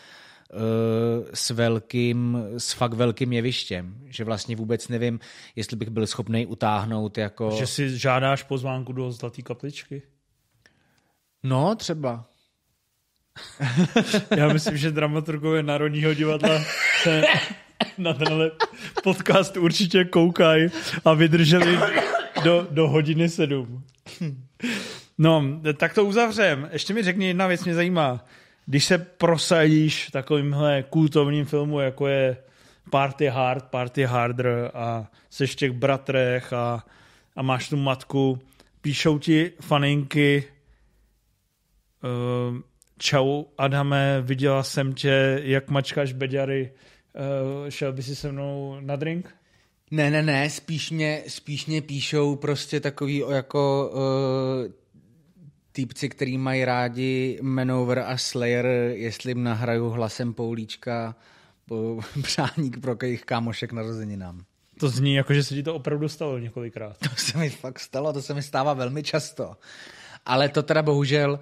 s fakt velkým jevištěm, že vlastně vůbec nevím, jestli bych byl schopný utáhnout jako... Že si žádáš pozvánku do Zlatý kapličky? No, třeba. Já myslím, že dramaturgové Národního divadla se na tenhle podcast určitě koukají a vydrželi do hodiny 7. No, tak to uzavřem. Ještě mi řekni, jedna věc mě zajímá. Když se prosadíš v takovýmhle kultovním filmu, jako je Party Hard, Party Harder a seš v těch bratrech a máš tu matku, píšou ti faninky čau Adame, viděla jsem tě, jak mačkáš beďary, šel by si se mnou na drink? Ne, spíš mě píšou prostě takový jako týpci, který mají rádi Manowar a Slayer, jestli jim nahraju hlasem Poulíčka přání pro jejich kámošek narozeninám. To zní jako, že se ti to opravdu stalo několikrát. To se mi fakt stalo, to se mi stává velmi často. Ale to teda bohužel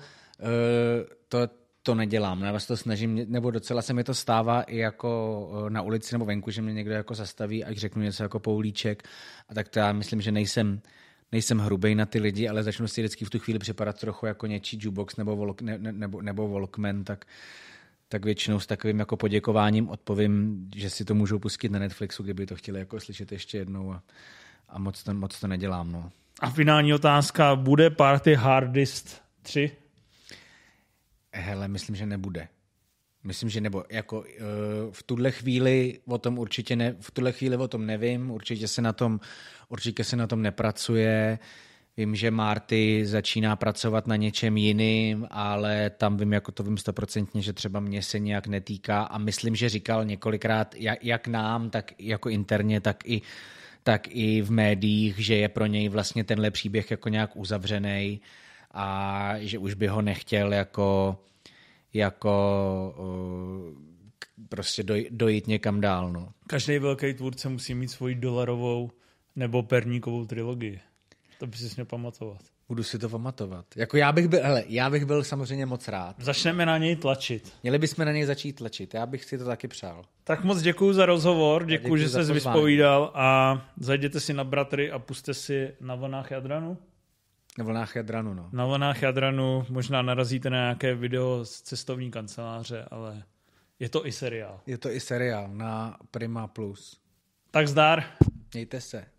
to nedělám. Já vás to snažím, nebo docela se mi to stává i jako na ulici nebo venku, že mě někdo jako zastaví, ať řeknu něco jako Poulíček. A tak to já myslím, že nejsem hrubej na ty lidi, ale začnu si vždycky v tu chvíli připadat trochu jako něčí jukebox nebo Walkman, tak většinou s takovým jako poděkováním odpovím, že si to můžou pustit na Netflixu, kdyby to chtěli jako slyšet ještě jednou a moc to nedělám. No. A finální otázka, bude Party Hardest 3? Hele, myslím, že nebude. Myslím, že nebo jako v tuhle chvíli o tom určitě v tuhle chvíli o tom nevím, určitě se na tom nepracuje. Vím, že Marty začíná pracovat na něčem jiným, ale tam vím 100%, že třeba mě se nějak netýká a myslím, že říkal několikrát, jak nám, tak jako interně, tak i v médiích, že je pro něj vlastně tenhle příběh jako nějak uzavřený a že už by ho nechtěl jako prostě dojít někam dál. No. Každý velký tvůrce musí mít svoji dolarovou nebo perníkovou trilogii. To by si měl pamatovat. Budu si to pamatovat. Jako já bych byl samozřejmě moc rád. Začneme na něj tlačit. Měli bychom na něj začít tlačit. Já bych si to taky přál. Tak moc děkuju za rozhovor, děkuju, že jsi vyspovídal a zajděte si na Bratry a puste si Na vlnách Jadranu. Na vlnách Jadranu, no. Na vlnách Jadranu možná narazíte na nějaké video z cestovní kanceláře, ale je to i seriál. Je to i seriál na Prima Plus. Tak zdar. Mějte se.